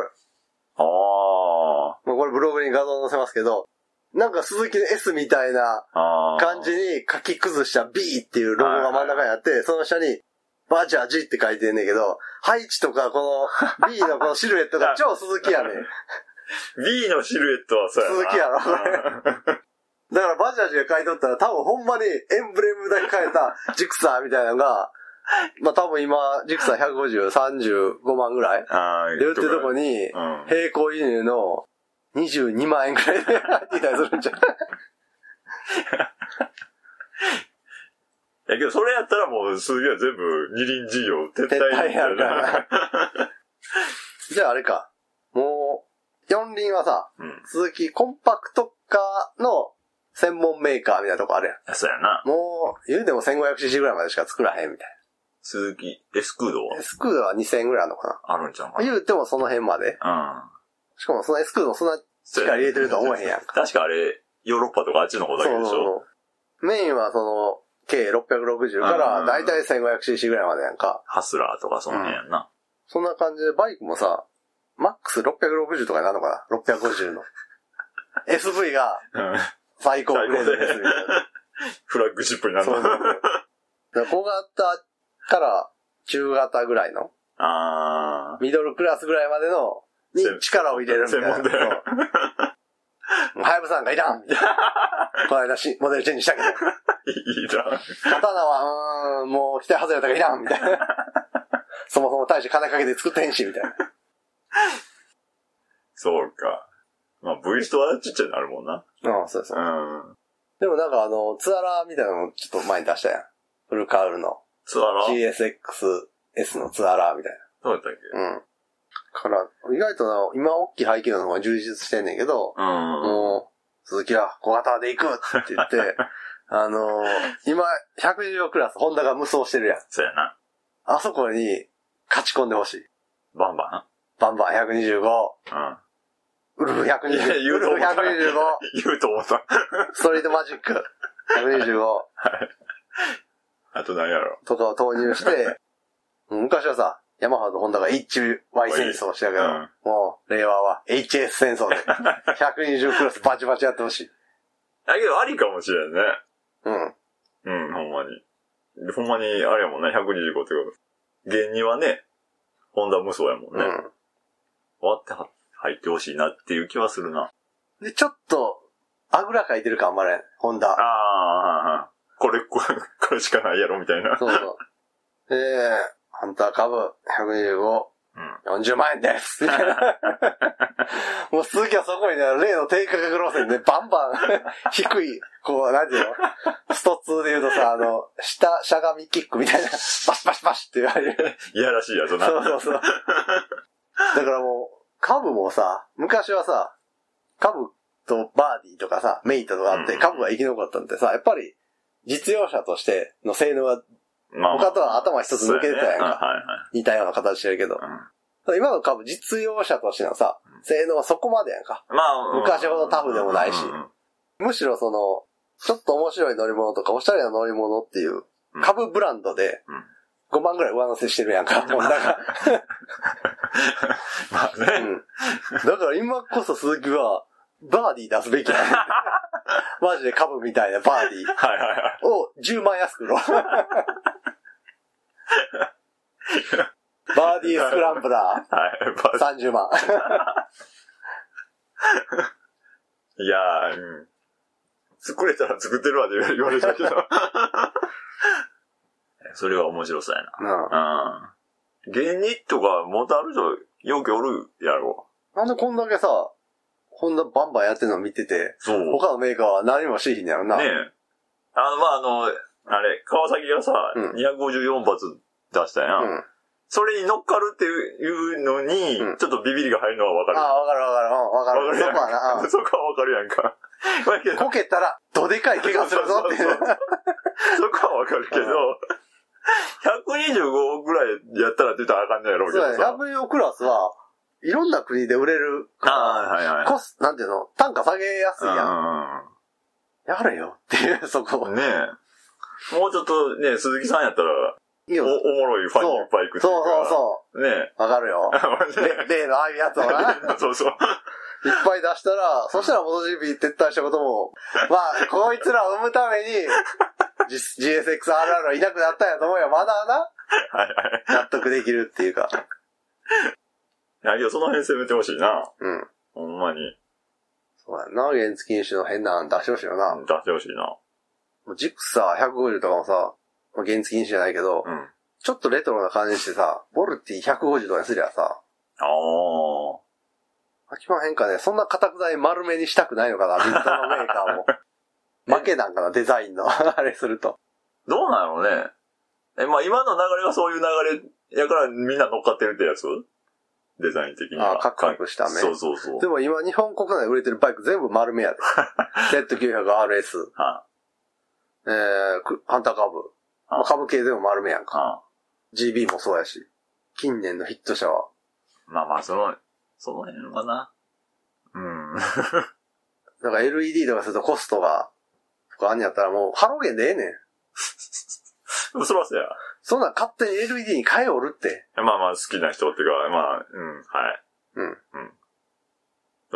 これブログに画像載せますけど、なんか鈴木の S みたいな感じに書き崩した B っていうロゴが真ん中にあって、その下にバジャージって書いてんねんけど、配置とかこの B のこのシルエットが超鈴木やねん。 B のシルエットはそうやな。 鈴木やろ、これ。だからバジャージが書いとったら多分ほんまにエンブレムだけ書いたジクサーみたいなのが、まあ多分今、ジクサー150、35万ぐらいで売ってるとこに、並行輸入の22万円くらいで入っていたりするんじゃん。 けどそれやったらもう鈴木は全部二輪事業撤退やるから。じゃああれか。もう、四輪はさ、鈴木コンパクトカーの専門メーカーみたいなとこあるやん。 そうやな。 もう、言うても 1500cc ぐらいまでしか作らへんみたいな。 鈴木、エスクードは？ エスクードは2000ぐらいあるのかな？あるんちゃうかな。 言うてもその辺まで。しかもそのエスクードそんな力入れてるとは思えへんやんか。 確かあれ、ヨーロッパとかあっちの方だけでしょ？ そうメインはその、計660からだいたい 1500cc ぐらいまでやんか。 ハスラーとかその辺やんな。 そんな感じでバイクもさ、マックス660とかになるのかな？ 650 の。SV が、最高グレードですみたいな。 フラッグシップになるの。 小型から中型ぐらいの、ミドルクラスぐらいまでの、に力を入れるみたいな。専門だよ。ハヤブサなんかいらんみたいな。この間モデルチェンジしたけど。 いらん。 刀は、もう期待外れたからいらんみたいな。そもそも大して金かけて作ってへんし、みたいな。 そうか。まあ、V ストはちっちゃいになるもんな。 そうそう。でもなんかツアラーみたいなのちょっと前に出したやん。フルカウルの。 ツアラー GSX-S のツアラーみたいな。 そうだったっけ？ から、意外とな、今大きい排気量の方が充実してんねんけど、もう、鈴木は小型で行くって言って、今、120クラス、ホンダが無双してるやん。 そうやな。 あそこに、勝ち込んでほしい。 バンバン125。ウルフ125。ウルフ125。 言うと思った。 ストリートマジック。125。はい。 あと何やろ。 とかを投入して、昔はさ、ヤマハとホンダが HY 戦争してたけど、もう、令和は HS 戦争で、120クラスバチバチやってほしい。 だけど、ありかもしれんね。ほんまに。ほんまに、あれやもんね、125ってこと。現にはね、ホンダ無双やもんね。終わって入ってほしいなっていう気はするな。 で、ちょっと、あぐらかいてる感もあれ、ホンダ。 これしかないやろ、みたいな。 そうそう。ハンター株125、40万円ですみたいな。もう鈴木はそこにね、例の低価格路線でバンバン低い、こう、なんていうのスト2で言うとさ、下しゃがみキックみたいな、バシバシバシって言われる。 いやらしいやつな。 そう。だからもう、株もさ、昔はさ、株とバーディーとかさ、メイトとかあって、株が生き残ったんってさ、やっぱり、実用車としての性能が、他とは頭一つ抜けてたやんか。似たような形してるけど。今の株、実用車としてのさ、性能はそこまでやんか。昔ほどタフでもないし。むしろその、ちょっと面白い乗り物とか、おしゃれな乗り物っていう、株ブランドで、5万ぐらい上乗せしてるやんか、ホンダが。 まあね。 うん。だから今こそ鈴木は、バーディー出すべきだね。マジで株みたいなバーディー。 はいはいはい。 を10万安く売ろう。バーディースクランブラー。はい。30万。 いやー、うん。作れたら作ってるわって言われちゃうけど。それは面白そうやな。うん。芸人とかモーターある人、よくおるやろ。 なんでこんだけさ、ホンダバンバンやってるの見てて、そう。他のメーカーは何もしひんやろな。 ねえ。あれ、川崎がさ、254発出したやん。うん。それに乗っかるっていうのに、ちょっとビビりが入るのはわかる。 ああ、わかるわかる。わかる。 そこはな。そこはわかるやんか。 こけたら、どでかい怪我するぞって。そこはわかるけど、125ぐらいやったらって言ったらあかんねやろうけどさ。 そうや、125クラスは、いろんな国で売れるから、 はいはい。 なんていうの、単価下げやすいやん。やれよっていう、そこ。 ねえ。もうちょっとね、鈴木さんやったら、おもろいファニーバイクっていうか。 そう。ねわかるよ。例のああいうやつをな。 そう。 いっぱい出したら、そしたら元 GP 撤退したことも、まあ、こいつらを生むために、GSX-RR はいなくなったんやと思うよ。まだな。はいはい。納得できるっていうか。 いや、その辺攻めてほしいな。うん。ほんまに。 そうやな。原付禁止の変なの出してほしいよな。 出してほしいな。 ジクサー150とかもさ、原付禁止じゃないけど、ちょっとレトロな感じしてさ、ボルティ150とかにすりゃさ、飽きまへんかね。そんな固くない丸めにしたくないのかな、ミッドのメーカーも。負けなんかな、デザインの。あれすると。 どうなのね。まあ今の流れがそういう流れやからみんな乗っかってるってやつ？デザイン的には。 カッコよくした目。 そう。 でも今日本国内で売れてるバイク全部丸めやで。Z900RS。ハンターカブ。株系でも丸めやんか。GB もそうやし。近年のヒット車は。 まあその辺はな。うん。 だから LED とかするとコストが、とかあんやったらもうハロゲンでええねん。 そらそうや。 そんなん勝手に LED に変えおるって。 まあ好きな人っていうか、はい。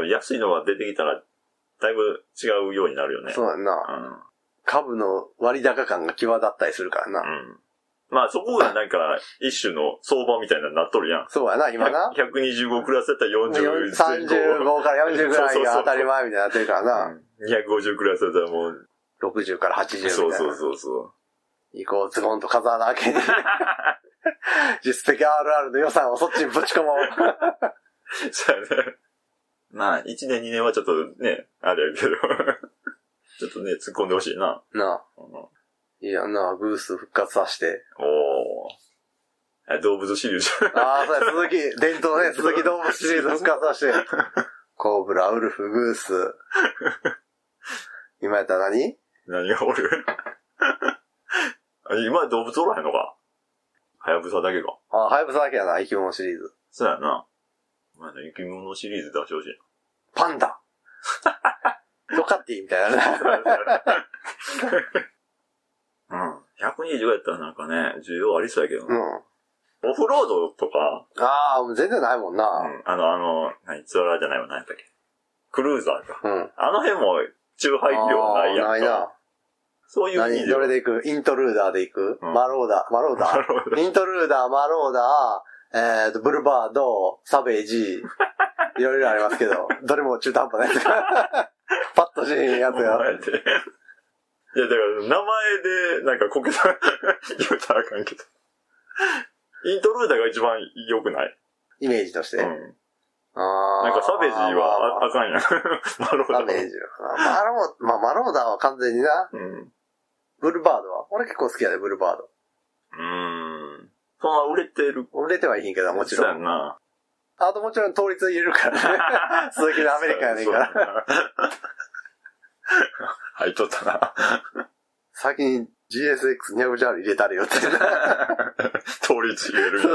安いのが出てきたら、だいぶ違うようになるよね。 そうやんな。株の割高感が際立ったりするからな。 まあそこがなんか一種の相場みたいなのになっとるやん。 そうやな、今な。 125クラスだったら40 35から40ぐらいが当たり前みたいになってるからな。 250クラスだったらもう 60から80みたいな。 そう。 以降ズボンと風穴開けに。実績 RR の予算をそっちにぶち込もう。 そうやね。まあ1年2年はちょっとね、あれやけど。ちょっとね、突っ込んでほしいな。 いいやんな、ブース復活させて。 動物シリーズ。 そうや、伝統ね、鈴木動物シリーズ復活させて。コーブラ、ウルフ、グース。今やったら何がおる今動物おらへんのかはやぶさだけか。 はやぶさだけやな、生き物シリーズ。 そうやな。生き物シリーズ出してほしいな。パンダドカティみたいな。 125やったらなんかね、需要ありそうやけど。オフロードとか。 もう全然ないもんな。 ツアラーじゃないわ、何やったっけ。クルーザーか。あの辺も中排気量ないやんか。ないな。そういう意味で。 どれで行く？イントルーダーで行く？マローダー。イントルーダー、マローダー、ブルバード、サベージ、いろいろありますけど、どれも中途半端なやつ。パッとしへんやつが。 いや、だから名前でなんかこけた言うたらあかんけど。イントルーダーが一番良くない？ イメージとして。なんかサベージはあかんやん。マローダー。 サベージは。マローダーは完全にな。ブルバードは俺結構好きやで、ブルバード。 そんな売れてる？ 売れてはいいんけど、もちろん。 そうやんな。 あともちろん統率入れるからね。鈴木のアメリカやねんから。 入っとったな。 先に GSX200R 入れたれよって。 統率入れる。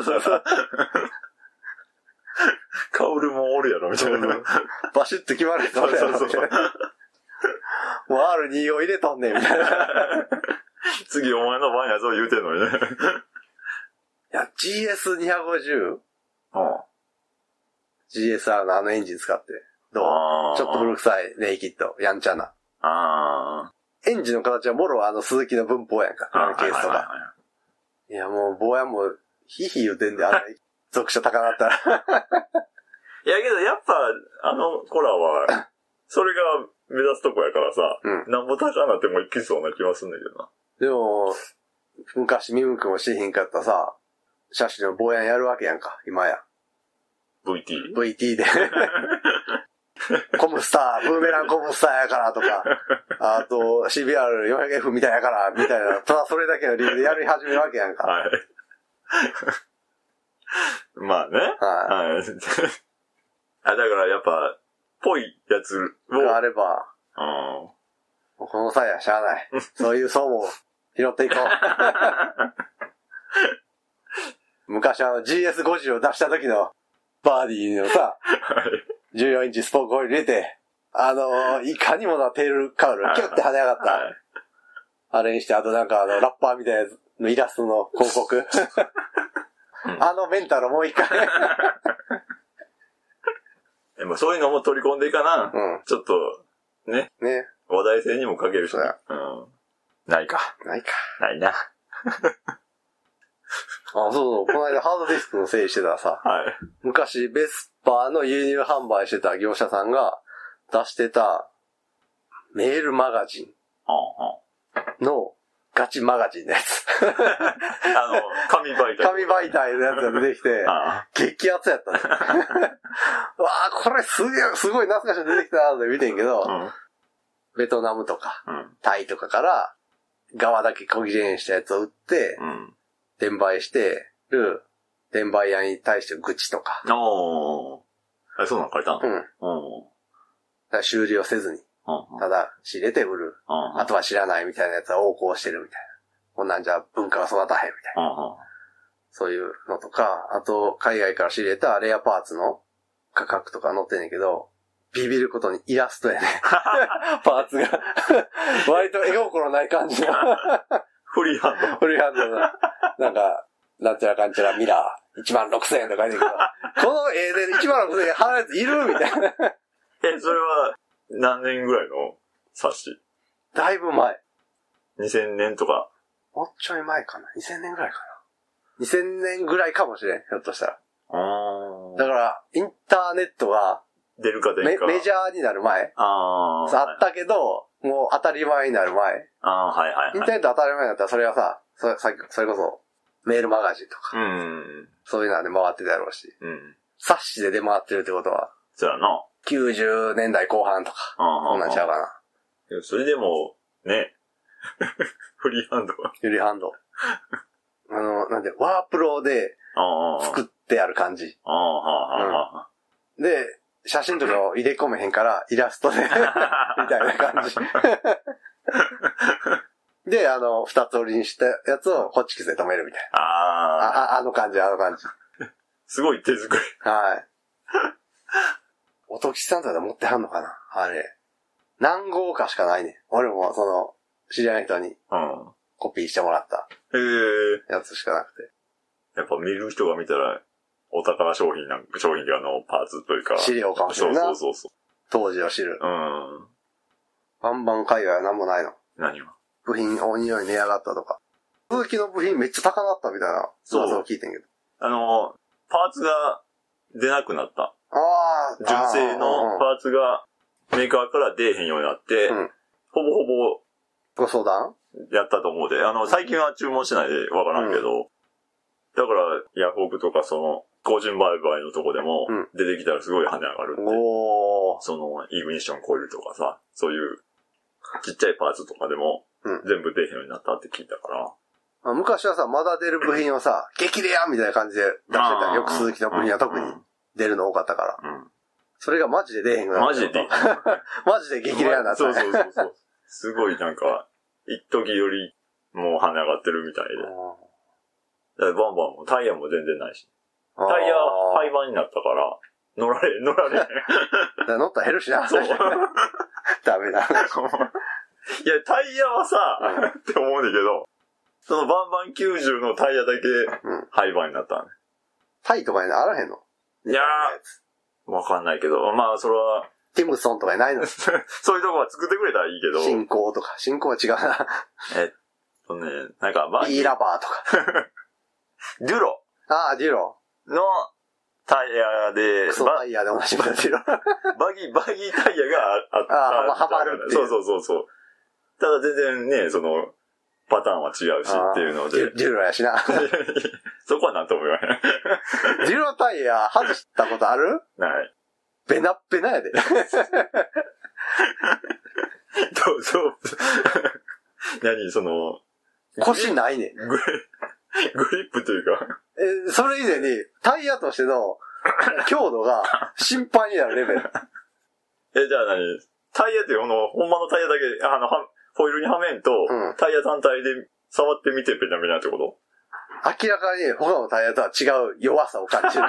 カウルもおるやろ、みたいな。 バシッと決まるやつおるやろ。もう R2 を入れとんねん、みたいな。 次お前の番やぞ言うてんのにね。 いや、GS250? GSR のあのエンジン使って。どう？ちょっと古臭いネイキッド、やんちゃな。エンジンの形はもろ鈴木の文法やんか。クランケースとか。いやもう、坊やも、ヒーヒー言うてんで、属車高なったら。 いやけど、やっぱ、コラは、それが目指すとこやからさ、なんぼ高なってもいきそうな気はすんだけどな。 でも、昔、ミム君もしへんかったさ、車種の坊ややるわけやんか、今や。VT で。コムスター、ブーメランコムスターやからとか、あと CBR400F みたいやから、みたいな、ただそれだけの理由でやり始めるわけやんか。 はい。まあね。はい。だからやっぱ、ぽいやつがあれば、この際はしゃあない。そういう層も拾っていこう。昔GS50 を出した時のバーディーのさ、14インチスポークホイール入れて、いかにもなテールカウル、キュッて跳ね上がった。あれにして、あとなんかラッパーみたいなやつのイラストの広告。メンタルもう一回。 でもそういうのも取り込んでいかな。ちょっと、ね。話題性にもかけるし。ないか。ないな。 そう。この間ハードディスクの整理してたらさ、昔ベスパーの輸入販売してた業者さんが出してたメールマガジンのガチマガジンのやつ。 紙媒体。 紙媒体のやつが出てきて、激アツやったね。わあ、これすごい懐かしいの出てきたなって見てんけど、ベトナムとか、タイとかから側だけ小切れにしたやつを売って、転売してる転売屋に対して愚痴とか。 そうなの書いたの？だから修理をせずに、ただ仕入れて売る。あとは知らないみたいなやつは横行してるみたいな。こんなんじゃ文化が育たへんみたいな。そういうのとか、あと海外から仕入れたレアパーツの価格とか載ってんねんけど、ビビることにイラストやね。パーツが。割と絵心ない感じの。 フリーハンドの。なんか、なんちゃらかんちゃらミラー、16,000円とか書いてるけど、この絵で16,000円払うやついるみたいな。 それは何年ぐらいの冊子？ だいぶ前。 2000年とか。 もうちょい前かな。2000年ぐらいかな。2000年ぐらいかもしれん、ひょっとしたら。だから、インターネットが、 出るか出るか。 メジャーになる前。あったけど、もう当たり前になる前。インターネット当たり前になったら、それはさ、それこそ、メールマガジンとか。そういうので回ってたやろうし。冊子で出回ってるってことは。 そうやな。 90年代後半とか。そんなんちゃうかな。 それでも、ね。フリーハンド。 なんで、ワープロで作ってある感じ。で、写真とかを入れ込めへんから、イラストで、みたいな感じ。で、二つ折りにしたやつをホッチキスで止めるみたいな。あの感じ。 すごい手作り。 はい。音吉さんとかで持ってはんのかなあれ。何号かしかないね。俺も、知り合いの人に、コピーしてもらった。やつしかなくて。 やっぱ見る人が見たら、お宝商品がパーツというか。 資料かもしれないな。 そう。 当時を知る。バンバン海外は何もないの。 何が？ 部品大により値上がったとか。鈴木の部品めっちゃ高なったみたいな。そう聞いてんけど。 パーツが出なくなった。純正のパーツがメーカーから出えへんようになって、ほぼほぼ。 ご相談やったと思うで。最近は注文してないでわからんけど。だから、ヤフオクとか個人売買のとこでも、出てきたらすごい跳ね上がるって。イグニッションコイルとかさ、そういう、ちっちゃいパーツとかでも、全部出へんようになったって聞いたから。 昔はさ、まだ出る部品をさ、激レアみたいな感じで出してた。よく鈴木の部品は特に出るの多かったから。それがマジで出へんようになった。マジで激レアになった。 そう。すごいなんか、一時よりもう跳ね上がってるみたいで。バンバンもタイヤも全然ないし。タイヤ廃盤になったから、乗られん。 乗ったら減るしな。 そう。 ダメだ。 いや、タイヤはさ、って思うんだけど、バンバン90のタイヤだけ廃盤になったね。 タイとかにあらへんの？ いやわかんないけど、まあ、それは。 ティムソンとかないのそういうとこは作ってくれたらいいけど。 進行とか。進行は違うな。 なんか、 ビーラバーとか。 デュロ。 ああ、デュロ。 のタイヤで、 クソタイヤで同じことやってる。 バギータイヤがあった。 はまるっていう。 そう。ただ全然ね、その、パターンは違うしっていうので。 デュロやしな。 そこはなんとも言わない。 デュロタイヤ外したことある？ ない。 ベナッベナやで。 何その、 腰ないね。 グリップというか。 それ以前に、タイヤとしての強度が心配になるレベル。 じゃあ何タイヤってほんまのタイヤだけ、ホイールにはめんと、タイヤ単体で触ってみてペチャペチャってこと？ 明らかに他のタイヤとは違う弱さを感じる。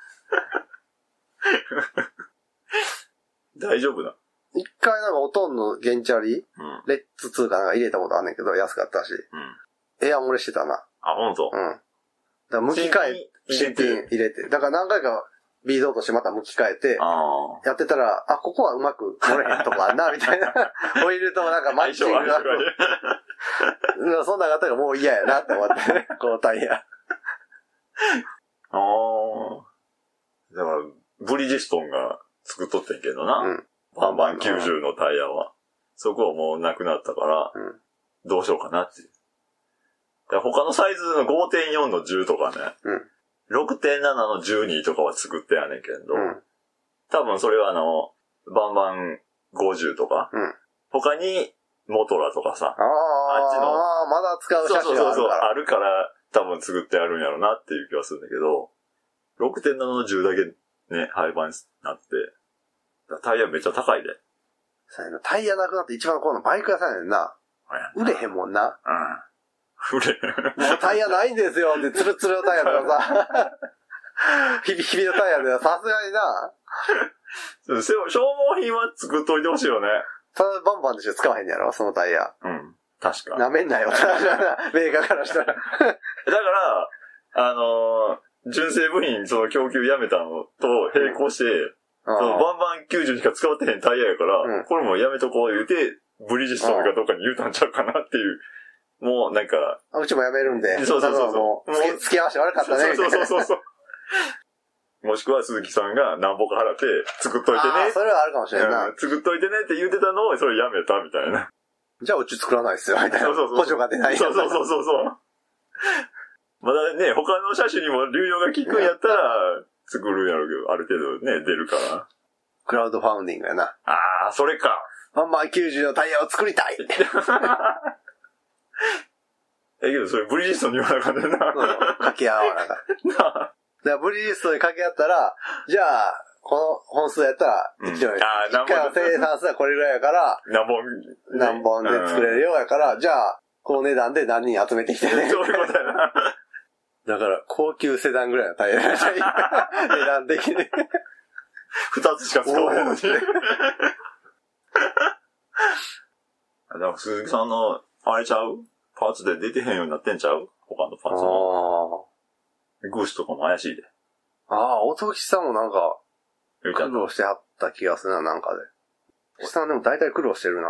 大丈夫だ。 一回なんかオトンのゲンチャリ、レッツ2かなんか入れたことあんねんけど、安かったし。エア漏れしてたな。 あ、ほんと？ だから向き替え、新品入れて。だから何回かビードとしてまた向き替えて、やってたら、ここはうまく乗れへんとこあんな、みたいな。オイルとなんかマッチングが。そんな方がもう嫌やなって思ってね、このタイヤ。 だから、ブリヂストンが作っとってんけどな。バンバン90のタイヤは。そこはもうなくなったから、どうしようかなっていう。他のサイズの 5.4 の10とかね、6.7 の12とかは作ってやねんけど、多分それはバンバン50とか、他にモトラとかさ、あっちの、 まだ使う写真があるから。 そう、あるから多分作ってやるんやろうなっていう気はするんだけど、6.7 の10だけね、廃盤になって、タイヤめっちゃ高いで。 タイヤなくなって一番このバイク屋さんやねんな。売れへんもんな。 売れへん。 もうタイヤないんですよって、ツルツルのタイヤとかさ。ヒビヒビのタイヤではさすがにな。 消耗品は作っといてほしいよね。 ただバンバンでしか使わへんやろ、そのタイヤ。 確か。 なめんなよ、メーカーからしたら。だから、純正部品、その供給やめたのと並行して、バンバン90しか使ってへんタイヤやから、これもやめとこう言うて、ブリヂストンかどっかに言うたんちゃうかなっていう。もうなんか。 うちもやめるんで。 そう。 もう付き合わせ悪かったね。 そう。もしくは鈴木さんが何ぼか払って作っといてね。 それはあるかもしれんな。 作っといてねって言ってたのをそれやめたみたいな。 じゃあうち作らないっすよ、みたいな。補助が出ない。 そう。まだね、他の車種にも流用が効くんやったら作るんやろうけど、ある程度ね、出るから。 クラウドファウンディングやな。 それか。 バンバン90のタイヤを作りたいけどそれブリヂストンに言わなかったな。 掛け合わなかった。だからブリヂストンに掛け合ったら、じゃあ、この本数やったら、一回の生産数はこれぐらいやから、何本で作れるようやから、じゃあ、この値段で何人集めてきてね。 そういうことやな。 だから、高級セダンぐらいのタイヤや値段的に。 2つしか使わないのに。だから鈴木さんの、あれちゃうパーツで出てへんようになってんちゃう他のパーツも。グースとかも怪しいで。 音木さんもなんか、苦労してはった気がするな、なんかで。おじさんでも大体苦労してるな。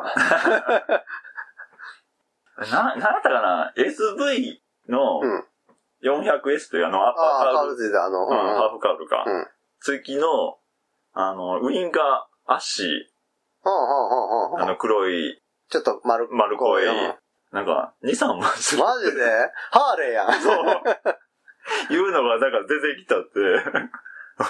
なんだったかな ?SV の 400S というアッパーカーブ。ハーフカーブか。追記の、ウインカー、アッシー。黒い。 ちょっと丸っこい。なんか、2、3万する。 マジでハーレーやん。 そう。いうのが、なんか出てきたって、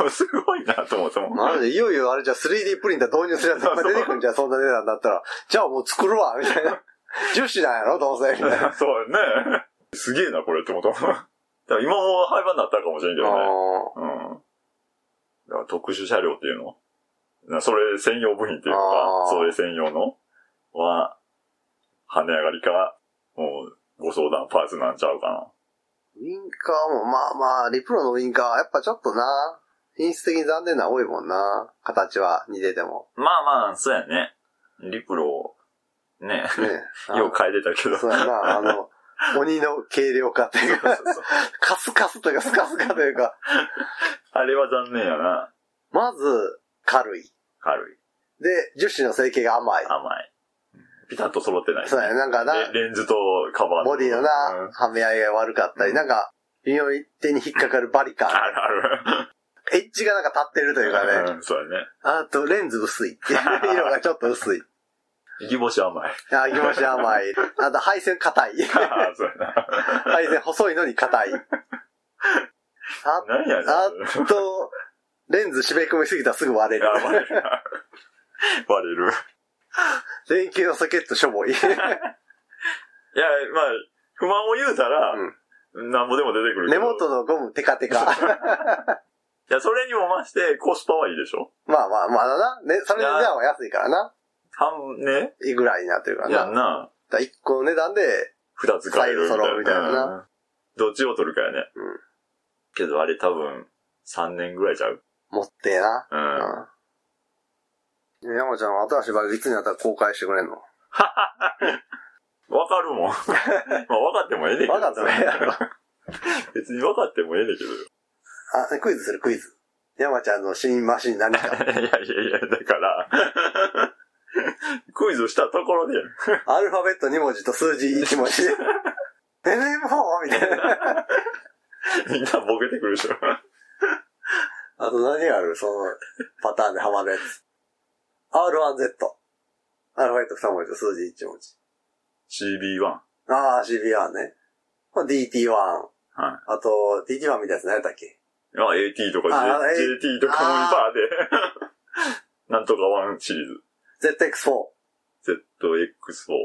すごいなと思ったもん。 マジで、いよいよあれじゃ 3D プリンター導入するやついっぱい出てくるんじゃん、そんな値段だったら。じゃあもう作るわ、みたいな。樹脂なんやろ、どうせ、みたいな。 そうね。すげえな、これって思ったもん。だから今も廃盤になったかもしれんけどね。だから特殊車両っていうのそれ専用部品っていうか、それ専用のは、跳ね上がりか、もう、ご相談パーツなんちゃうかな。 ウィンカーも、まあ、リプロのウィンカーはやっぱちょっとな、品質的に残念な多いもんな。形は似てても。 まあ、そうやね。リプロ、ね。よく変えてたけど。 そうやな、鬼の軽量化っていうか、カスカスというかスカスカというか。 あれは残念やな。 まず、軽い。で、樹脂の成形が甘い。 ピタッと揃ってない、ね。 そうやね。なんかな。 レンズとカバーボディのな、はめ合いが悪かったり、なんか、微妙に手に引っかかるバリ感。 ある。 エッジがなんか立ってるというかね。 そうやね。 あと、レンズ薄い。色がちょっと薄い。 ギボシ甘い。 ギボシ甘い。あと、配線硬い。 そうやな。 配線細いのに硬い。 何やねん。 あと、レンズ締め込みすぎたらすぐ割れる。 割れる。 電球のソケットしょぼい。いや、 まあ、不満を言うたら、なんぼでも出てくる。 根元のゴムテカテカ。 いや、それにも増してコスパはいいでしょ？ まだな。ね、それで値段は安いからな。 ね。 いいぐらいになってるからな。 やんな。 1個の値段で、 2つ買えるみたいな。 揃うみたいな。 どっちを取るかやね。けどあれ多分、3年ぐらいちゃう？ 持ってえな。山ちゃんは新しいバイクいつになったら公開してくれんの？ わかるもん。まあ分かってもええねんけど。 分かってもええやろ。 別に分かってもええねんけどよ。 クイズするクイズ。山ちゃんの新マシン何か。 いや、だから、クイズしたところで。 アルファベット2文字と数字1文字で。NM4 みたいな。 みんなボケてくるでしょ。 あと何があるそのパターンでハマるやつ。R1Z。アルファベット2文字と数字1文字。 CB1。 CB1 ね。DT1。あと、DT1 みたいなやつ何やったっけ AT とか JT とかモニターで。なんとか1シリーズ。 ZX4。 ZX4。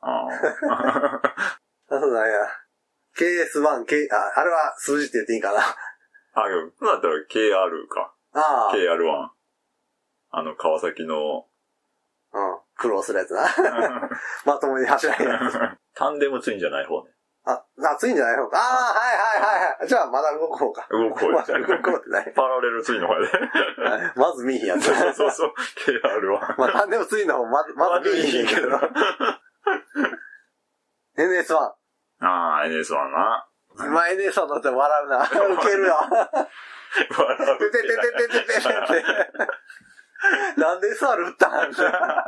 そうなんや。KS1、あれは数字って言っていいかな。 そうだったら KR か。KR1。川崎の。 苦労するやつな。まともに走らへんやつ。 タンデムツインじゃない方ね。 ツインじゃない方か。はい。じゃあまだ動く方か。 動く方や。 動く方ってない。 パラレルツインの方やで。 まず見えへんやつ。 そう。KR1。 タンデムツインの方まず見えへんけど。NS1。 NS1 な。 今 NS1 だって笑うな。ウケるよ。 笑う。 て。なんで SR 打ったん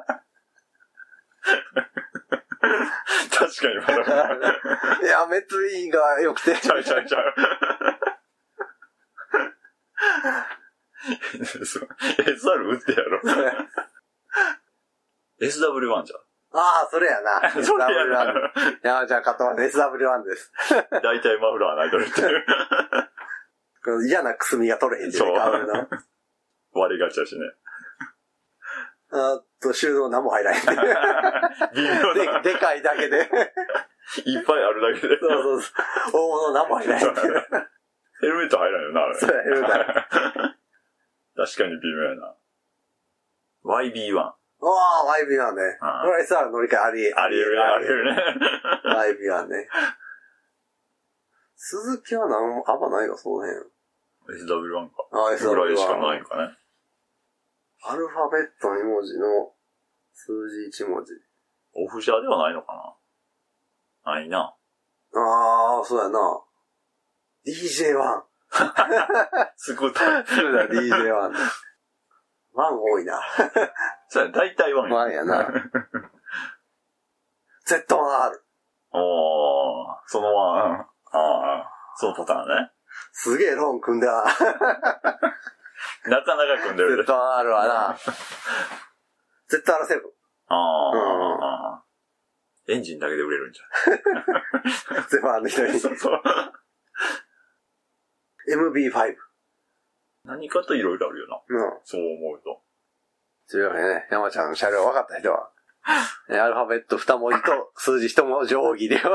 確かに笑う。いや、メッツインが良くて。 ちゃう。SR 打ってやろ。SW1 じゃん。 それやな。SW1。山ちゃん買ったの SW1 です。 大体マフラーないと言ってる。 この嫌なくすみが取れへんっていうか。 割りがちだしね。 収納何も入らへん。 微妙な。 でかいだけで。 いっぱいあるだけで。 そう。大物何も入らへん。 ヘルメット入らんよな、あれ。 そうや、ヘルメット入らん。 確かに微妙やな。YB1。 YB1 ね。これ SR 乗り換えあり得るね。YB1 ね。鈴木はあんまないよ、その辺。 SW1 か。 SW1。 ぐらいしかないんかね。 アルファベット2文字の数字1文字。 オフ車ではないのかな？ないな。 そうやな。DJ1。 スクーター。 そうだ、DJ1。1多いな。 そうや、大体1や。 1やな。Z1R。 その1。そのパターンね。 すげえローン組んでな。 なかなか組んでる。 Z1R はな。ZR7。 エンジンだけで売れるんじゃん。 ゼファーの人に。 そう。 MB5。 何かといろいろあるよな。そう思うと。 というわけでね、山ちゃんの車両分かった人は、アルファベット2文字と数字1文字定規では。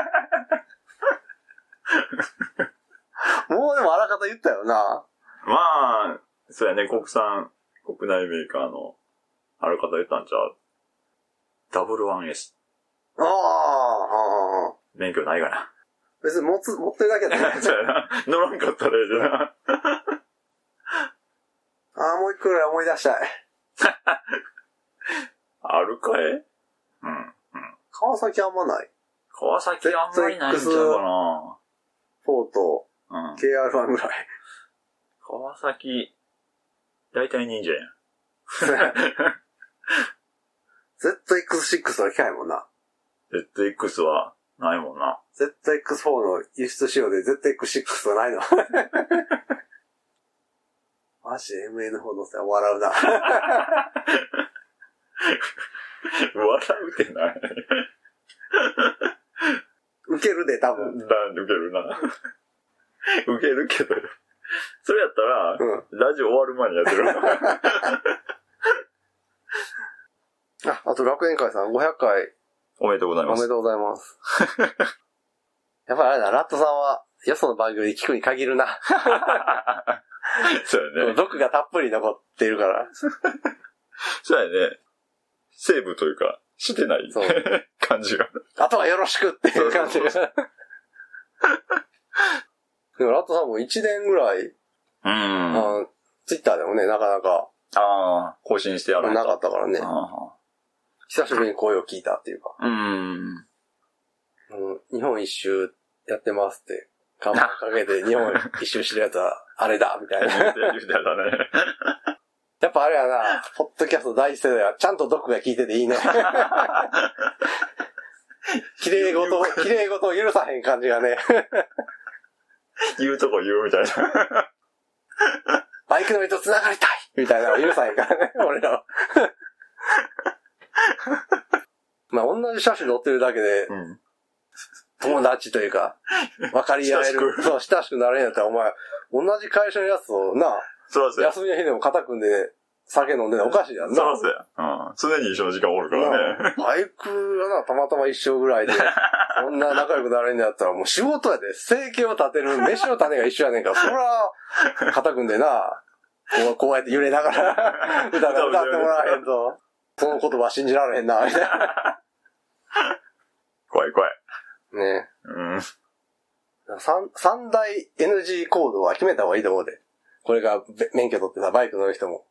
もうでもあらかた言ったよな。 まあ、そうやね、国内メーカーのある方言ったんちゃう？ W1S。免許ないかな。 別に持ってるだけだね。 そうやな。乗らんかったらええでな。 もう一個ぐらい思い出したい。 あるかい？ 川崎あんまない。 川崎あんまりないんちゃうかな。 4と、KR1 ぐらい。 川崎、 大体忍者やん。 ZX6 は機械もんな。 ZX はないもんな。 ZX4 の輸出仕様で ZX6 はないの。マジ MN ほどさ、笑うな。 笑うってない。 ウケるで、多分。 ウケるな。ウケるけど。それやったら、ラジオ終わる前にやってる。 あと楽園会さん500回。 おめでとうございます。 おめでとうございます。やっぱりあれだ、ラットさんは、よその番組で聞くに限るな。 そうやね。 毒がたっぷり残ってるから。 そうやね。セーブというか、してない感じが。 あとはよろしくっていう感じが。でもラットさんも1年ぐらい、ツイッターでもね、なかなか、 更新してやるなかったからね。久しぶりに声を聞いたっていうか。日本一周やってますって、看板かけて日本一周してるやつは、あれだみたいな。やっぱあれやな、ポッドキャスト第一世代はちゃんと毒が効いてていいね。綺麗事を許さへん感じがね。 言うとこ言うみたいな。 バイク乗りと繋がりたいみたいなのを許さへんからね、俺らは。まあ同じ車種乗ってるだけで、友達というか、分かり合える。そう、親しくなれんやったら、お前、同じ会社のやつをな、休みの日でも肩組んで酒飲んでたらおかしいやんな。 そうや。常に一緒の時間おるからね。 バイクがな、たまたま一緒ぐらいで、こんな仲良くなれんやったら、もう仕事やで、生計を立てる、飯の種が一緒やねんから、そら、肩組んでな、こうやって揺れながら、歌ってもらえへんと、その言葉信じられへんな、みたいな。 怖い怖い。 ね。3大 NG コードは決めた方がいいと思うで。これが免許取ってさ、バイク乗る人も。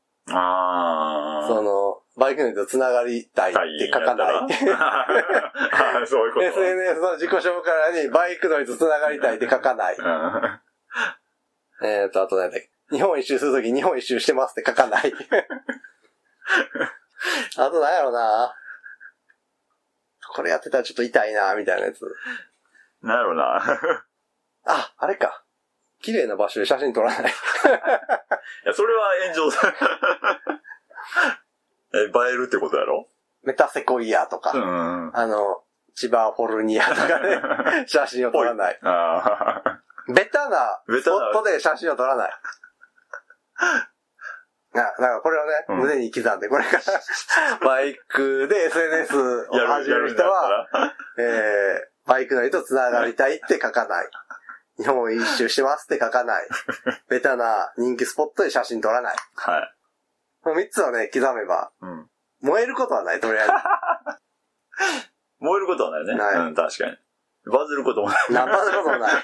バイク乗る人と繋がりたいって書かない。 そういうこと。 SNS の自己紹介にバイク乗りと繋がりたいって書かない。あと何だっけ。日本一周するとき日本一周してますって書かない。あと何やろな。これやってたらちょっと痛いな、みたいなやつ。 なんやろな。 あれか。綺麗な場所で写真撮らない。いや、それは炎上だ。映えるってことやろ？ メタセコイアとか、千葉フォルニアとかね、写真を撮らない。ベタなスポットで写真を撮らない。だからこれをね、胸に刻んで、これからバイクで SNS を始める人は、バイク乗りと繋がりたいって書かない。日本一周してますって書かない。ベタな人気スポットで写真撮らない。 はい。 この3つをね、刻めば、燃えることはない、とりあえず。 燃えることはないね。ない。確かに。バズることもない。 バズることもない。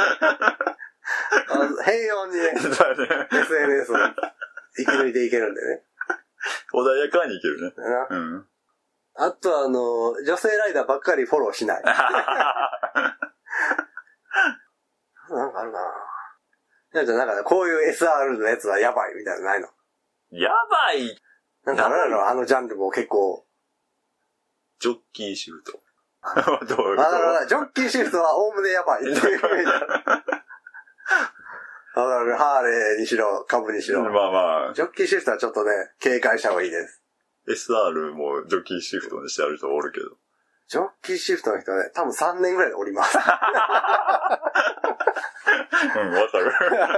平穏にね、SNS を生き抜いていけるんでね。 穏やかにいけるね。 あと女性ライダーばっかりフォローしない。なんかあるかな。なんかこういう SR のやつはやばいみたいなのないの？ やばい。 なんかあるやろ、ジャンルも結構。 ジョッキーシフト。 ジョッキーシフトはおおむねやばいっていうイメージある。ハーレーにしろ、株にしろ。ジョッキーシフトはちょっとね、警戒した方がいいです。 SR もジョッキーシフトにしてある人おるけど。 ジョッキーシフトの人はね、多分3年ぐらいで降ります。わかる。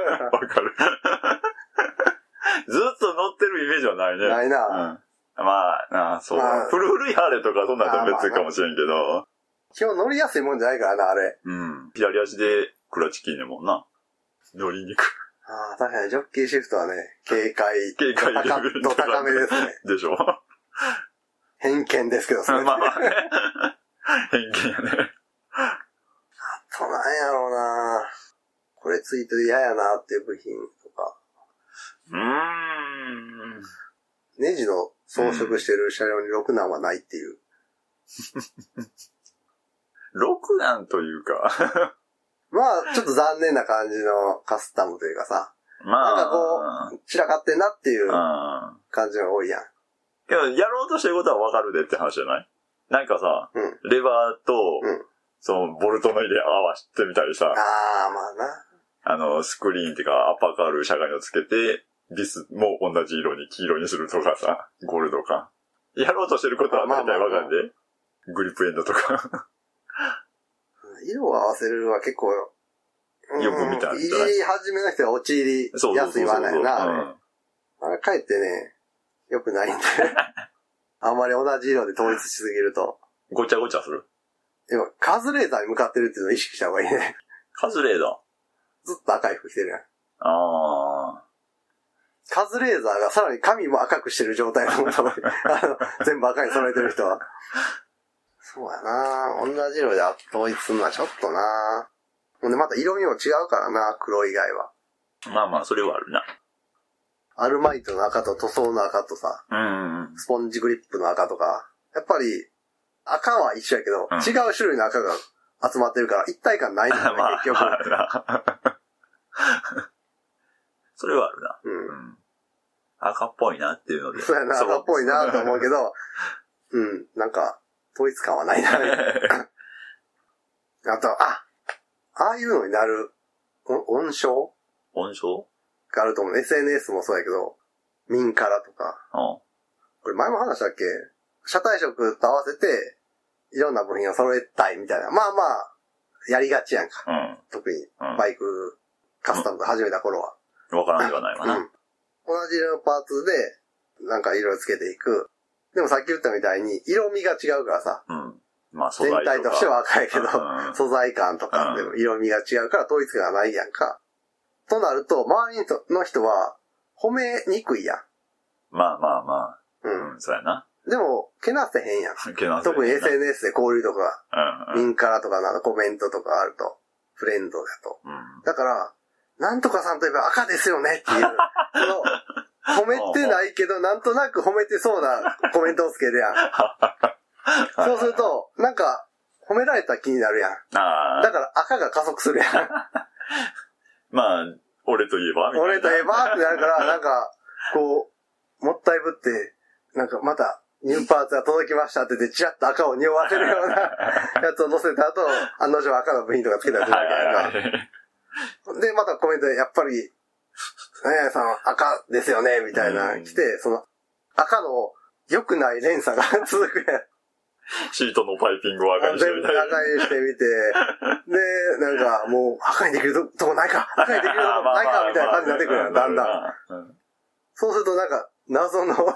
ずっと乗ってるイメージはないね。 ないな。 そう。古いハーレーとかそんなんとは別かもしれんけど。 基本乗りやすいもんじゃないからな、あれ。 左足でクラッチ切んねんもんな。乗りにくい。 確かにジョッキーシフトはね、警戒度高めですね。 でしょ？ 偏見ですけど、それ。 ね。偏見やね。 あとなんやろうな。これついて嫌やなっていう部品とか。ネジの装飾してる車両に6段はないっていう。 6段というか。 ちょっと残念な感じのカスタムというかさ。 なんかこう、散らかってんなっていう感じが多いやん。 けど、やろうとしてることはわかるでって話じゃない？なんかさ、レバーと、その、ボルトの入れ合わせてみたりさ。 ああ、まあな。スクリーンっていうか、アッパーカール、車外をつけて、ビスも同じ色に黄色にするとかさ、ゴールドか。やろうとしてることは大体わかるで。グリップエンドとか。 色を合わせるは結構、 よく見たんじゃない？ 入り始めの人は陥りやすいわないな、あれかえってね、良くないんで。あんまり同じ色で統一しすぎると。 ごちゃごちゃする？ でも、カズレーザーに向かってるっていうのを意識した方がいいね。 カズレーザー？ ずっと赤い服着てるやん。 あー。 カズレーザーがさらに髪も赤くしてる状態の全部赤に揃えてる人は。そうやな、同じ色で統一するのはちょっとな。ほんでまた色味も違うからな、黒以外は。 まあまあ、それはあるな。 アルマイトの赤と塗装の赤とさ、スポンジグリップの赤とか、やっぱり赤は一緒やけど、違う種類の赤が集まってるから一体感ないんだよね、結局。 それはあるな。赤っぽいなっていうので。 そうやな、赤っぽいなと思うけど、なんか、統一感はないな。あと、ああいうのになる、音章があると思う。SNS もそうやけど、ミンカラとか。これ前も話したっけ？車体色と合わせて、いろんな部品を揃えたいみたいな。まあまあ、やりがちやんか。特に、バイク、カスタム始めた頃は。 わからんではないわな。 同じ色のパーツで、なんか色をつけていく。でもさっき言ったみたいに、色味が違うからさ。 まあ素材とか。 全体としては赤いけど、素材感とかでも色味が違うから統一感がないやんか。となると、周りの人は褒めにくいやん。 まあ。そうやな。 でも、けなせへんやん。特に SNS で交流とか、ミンカラとかのコメントとかあると、フレンドだと。だから、なんとかさんといえば赤ですよねっていう、褒めてないけど、なんとなく褒めてそうなコメントをつけるやん。そうすると、なんか、褒められた気になるやん。だから赤が加速するやん。 まあ、俺といえばみたいな。 俺といえばってなるから、なんか、こう、もったいぶって、なんかまた、ニューパーツが届きましたって言って、チラッと赤を匂わせるようなやつを載せた後、案の定赤の部品とかつけたりするわけやんか。で、またコメントで、やっぱり、何々さん赤ですよね、みたいな来て、その、赤の良くない連鎖が続くやん。 シートのパイピングを赤にしてみたいな。 全部赤にしてみて、で、なんかもう赤にできるとこないか、赤にできるとこないか、みたいな感じになってくるやん、だんだん。そうするとなんか、謎の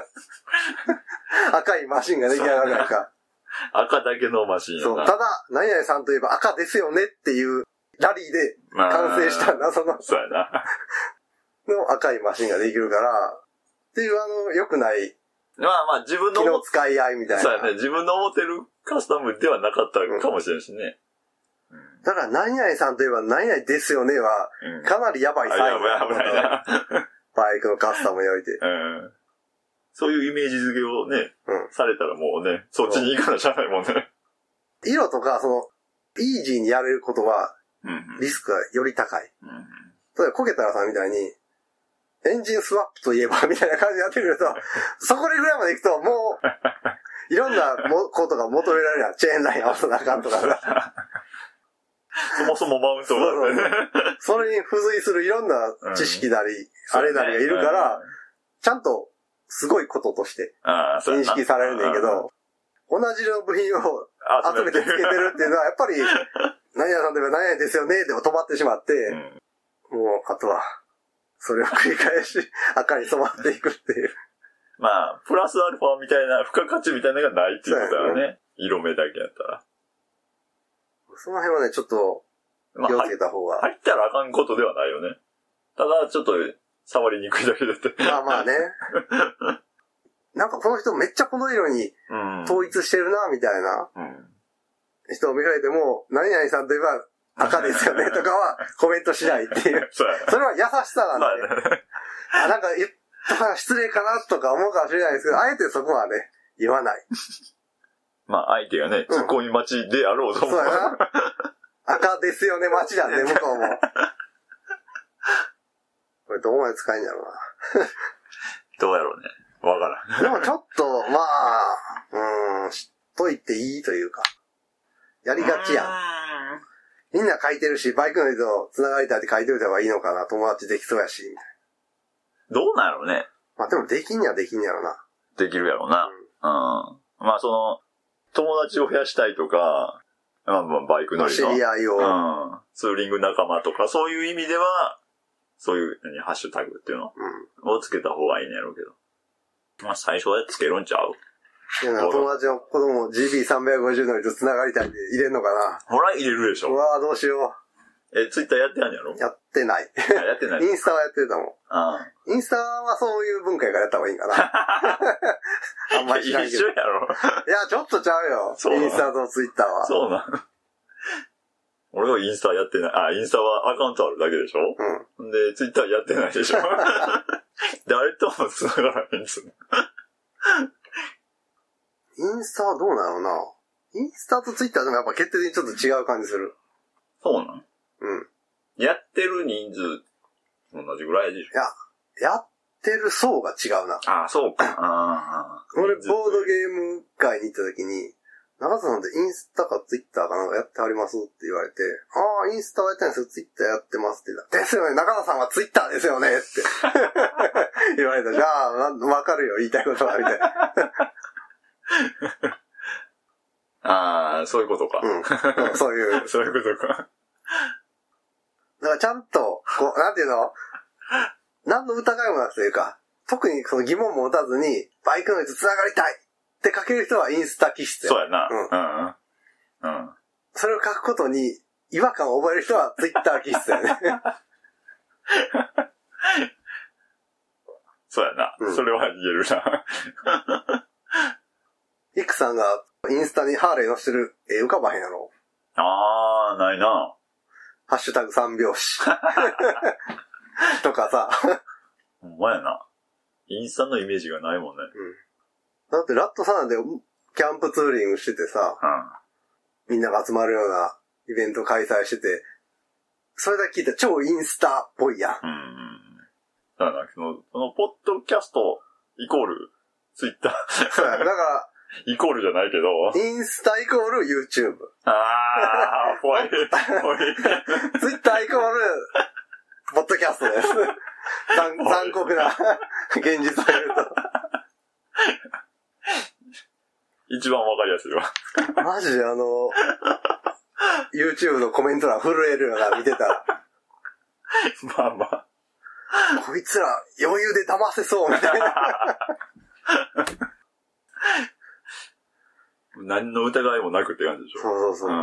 赤いマシンが出来上がるやんか。 赤だけのマシンやな。 そう。ただ、何々さんといえば赤ですよねっていうラリーで完成した謎の、 そうやな。 の赤いマシンができるから、っていう良くない、 まあ自分の気の使い合いみたいな。 そうやね。自分の思ってるカスタムではなかったかもしれんしね。 だから何々さんといえば何々ですよねは、かなりやばいサイン。 やばいな。 バイクのカスタムにおいて。 そういうイメージ付けをね、されたらもうね、そっちに行かなしゃあないもんね。 色とか、イージーにやれることは、リスクがより高い。例えば、コケタラさんみたいに、エンジンスワップといえば、みたいな感じになってくると、そこぐらいまで行くと、もう、いろんなことが求められるやん。チェーンライン合わせなあかんとかさ。 そもそもマウントがね。 それに付随するいろんな知識なり、あれなりがいるから、ちゃんとすごいこととして認識されるんだけど、同じ色の部品を集めてつけてるっていうのは、やっぱり、何々さんといえば何々ですよね、でも止まってしまって、もう、あとは、それを繰り返し赤に染まっていくっていう。 まあ、プラスアルファみたいな、付加価値みたいなのがないっていうことだよね。色目だけやったら。 その辺はね、ちょっと、気をつけた方が。 入ったらあかんことではないよね。ただ、ちょっと、触りにくいだけだって。 まあね。なんかこの人めっちゃこの色に統一してるな、みたいな人を見かけても、何々さんといえば赤ですよね、とかはコメントしないっていう。それは優しさなんで、ね。なんか言ったら失礼かなとか思うかもしれないですけど、あえてそこはね、言わない。 まあ相手がね、ツッコミ待ちであろうと思う。 そうやな。赤ですよね、待ちなんで、向こうも。 これどこまで使えんやろうな。 どうやろうね。わからん。 でもちょっと、まあ、知っといていいというか、やりがちやん。みんな書いてるし、バイクの人と繋がりたいって書いておいた方がいいのかな、友達できそうやし、みたいな。どうなんやろうね。 まあでもできんにはできんやろな。 できるやろうな。まあ友達を増やしたいとか、まあバイク乗りの。 知り合いを。 ツーリング仲間とか、そういう意味では、そういう、ハッシュタグっていうの、をつけた方がいいんやろうけど。まあ最初はつけるんちゃう？ いや、友達の子供 GB350 の人と繋がりたいんで入れんのかな。 ほら入れるでしょ。 うわぁ、どうしよう。ツイッターやってはんやろ？ やってない。 やってない。 インスタはやってたもん。インスタはそういう文化やからやった方がいいんかな。あんまり知らんけど。 一緒やろ。 いや、ちょっとちゃうよ。インスタとツイッターは。 そうなん。俺はインスタやってない。インスタはアカウントあるだけでしょ？で、ツイッターやってないでしょ？誰とも繋がらへんすよ。 インスタはどうなのな。インスタとツイッターでもやっぱ決定的にちょっと違う感じする。 そうなん？やってる人数、同じぐらいでしょ？ いや、やってる層が違うな。 そうか。 俺、ボードゲーム会に行った時に、中田さんってインスタかツイッターかなんかやってはりますって言われて、インスタはやってないんですよ、ツイッターやってますって言った。ですよね、中田さんはツイッターですよねって言われた。じゃあ、わかるよ、言いたいことは、みたいな。そういうことか。 そういう。 そういうことか。 だからちゃんと、なんていうの？何の疑いもなくというか、特にその疑問も持たずに、バイクの人繋がりたいって書ける人はインスタ気質や。 そうやな。 それを書くことに違和感を覚える人はツイッター気質やね。 そうやな。それは言えるな。 イクさんがインスタにハーレー載せてる絵浮かばへんやろ？ ないな。 ハッシュタグ3拍子。とかさ。 ほんまやな。インスタのイメージがないもんね。 だってラットさんでキャンプツーリングしててさ、みんなが集まるようなイベント開催してて、それだけ聞いたら超インスタっぽいやん。 だからそのポッドキャストイコールツイッター。 そうや、だからイコールじゃないけど。 インスタイコール YouTube。 怖い。 ツイッターイコールポッドキャストです。残酷な現実を言うと。 一番わかりやすいわ。 マジでYouTube のコメント欄震えるよな、見てたら。 まあまあ。 こいつら余裕で騙せそうみたいな。 何の疑いもなくって感じでしょ。 そう。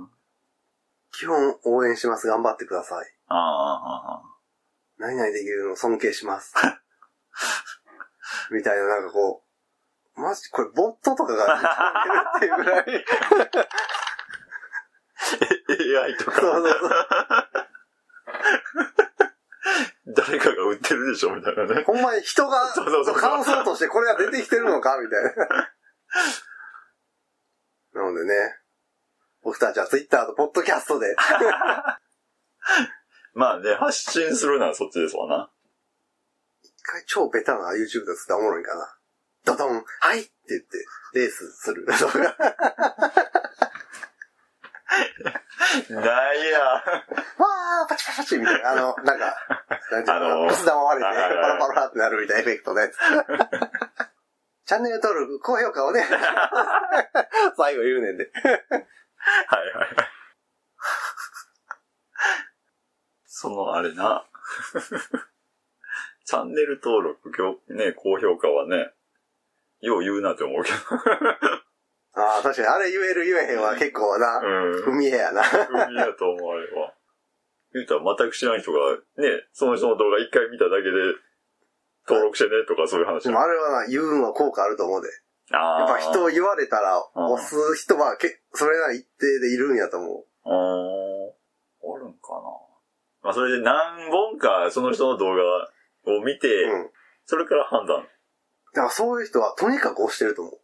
基本応援します。頑張ってください。何々できるの尊敬します。みたいな、なんかこう、マジこれボットとかが見てるっていうぐらい。 AI とか。 そう。 誰かが売ってるでしょみたいなね。 ほんまに人が感想としてこれが出てきてるのかみたいな。なのでね、僕たちは Twitter とポッドキャストで。 まあね、発信するならそっちですわな。 一回超ベタな YouTube で作ったらおもろいかな。ドドンはいって言って、レースする。 ないや。 わー、パチパチパチみたいな。なんか、なんていうの、くす玉割れて、パラパラってなるみたいなエフェクトのやつ。チャンネル登録、高評価をね、最後言うねんで。 はい。あれな。チャンネル登録、ね、高評価はね、よう言うなって思うけど。 確かに、あれ言える言えへんは結構な、踏み絵やな。 踏み絵やと思われば。言うたら全く知らん人が、ね、その人の動画一回見ただけで、登録してねとかそういう話。 でもあれはな、言うのは効果あると思うで。やっぱ人を言われたら、押す人はそれなり一定でいるんやと思う。 あるんかな。まあそれで何本かその人の動画を見て、それから判断。 だからそういう人はとにかく押してると思う。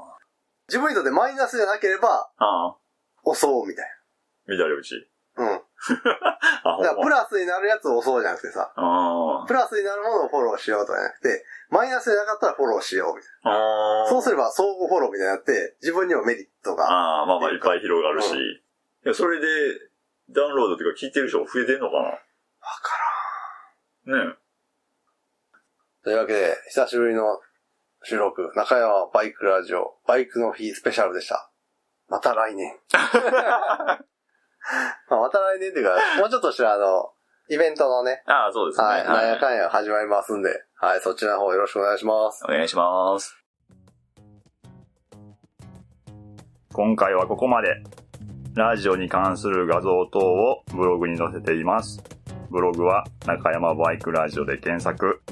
自分にとってマイナスじゃなければ、押そうみたいな。乱れ打ち。 だからプラスになるやつを押そうじゃなくてさ、プラスになるものをフォローしようとかじゃなくて、マイナスでなかったらフォローしようみたいな。そうすれば相互フォローみたいになって、自分にもメリットが。 まあいっぱい広がるし。いや、それで、ダウンロードというか聞いてる人増えてんのかな？わからん。ねえ。 というわけで、久しぶりの収録、中山バイクラジオ、バイクの日スペシャルでした。また来年。また来年っていうか、もうちょっとしたらイベントのね。 そうですね。 はい。なんやかんや始まりますんで、はい、そっちの方よろしくお願いします。 お願いします。今回はここまで。ラジオに関する画像等をブログに載せています。ブログは中山バイクラジオで検索。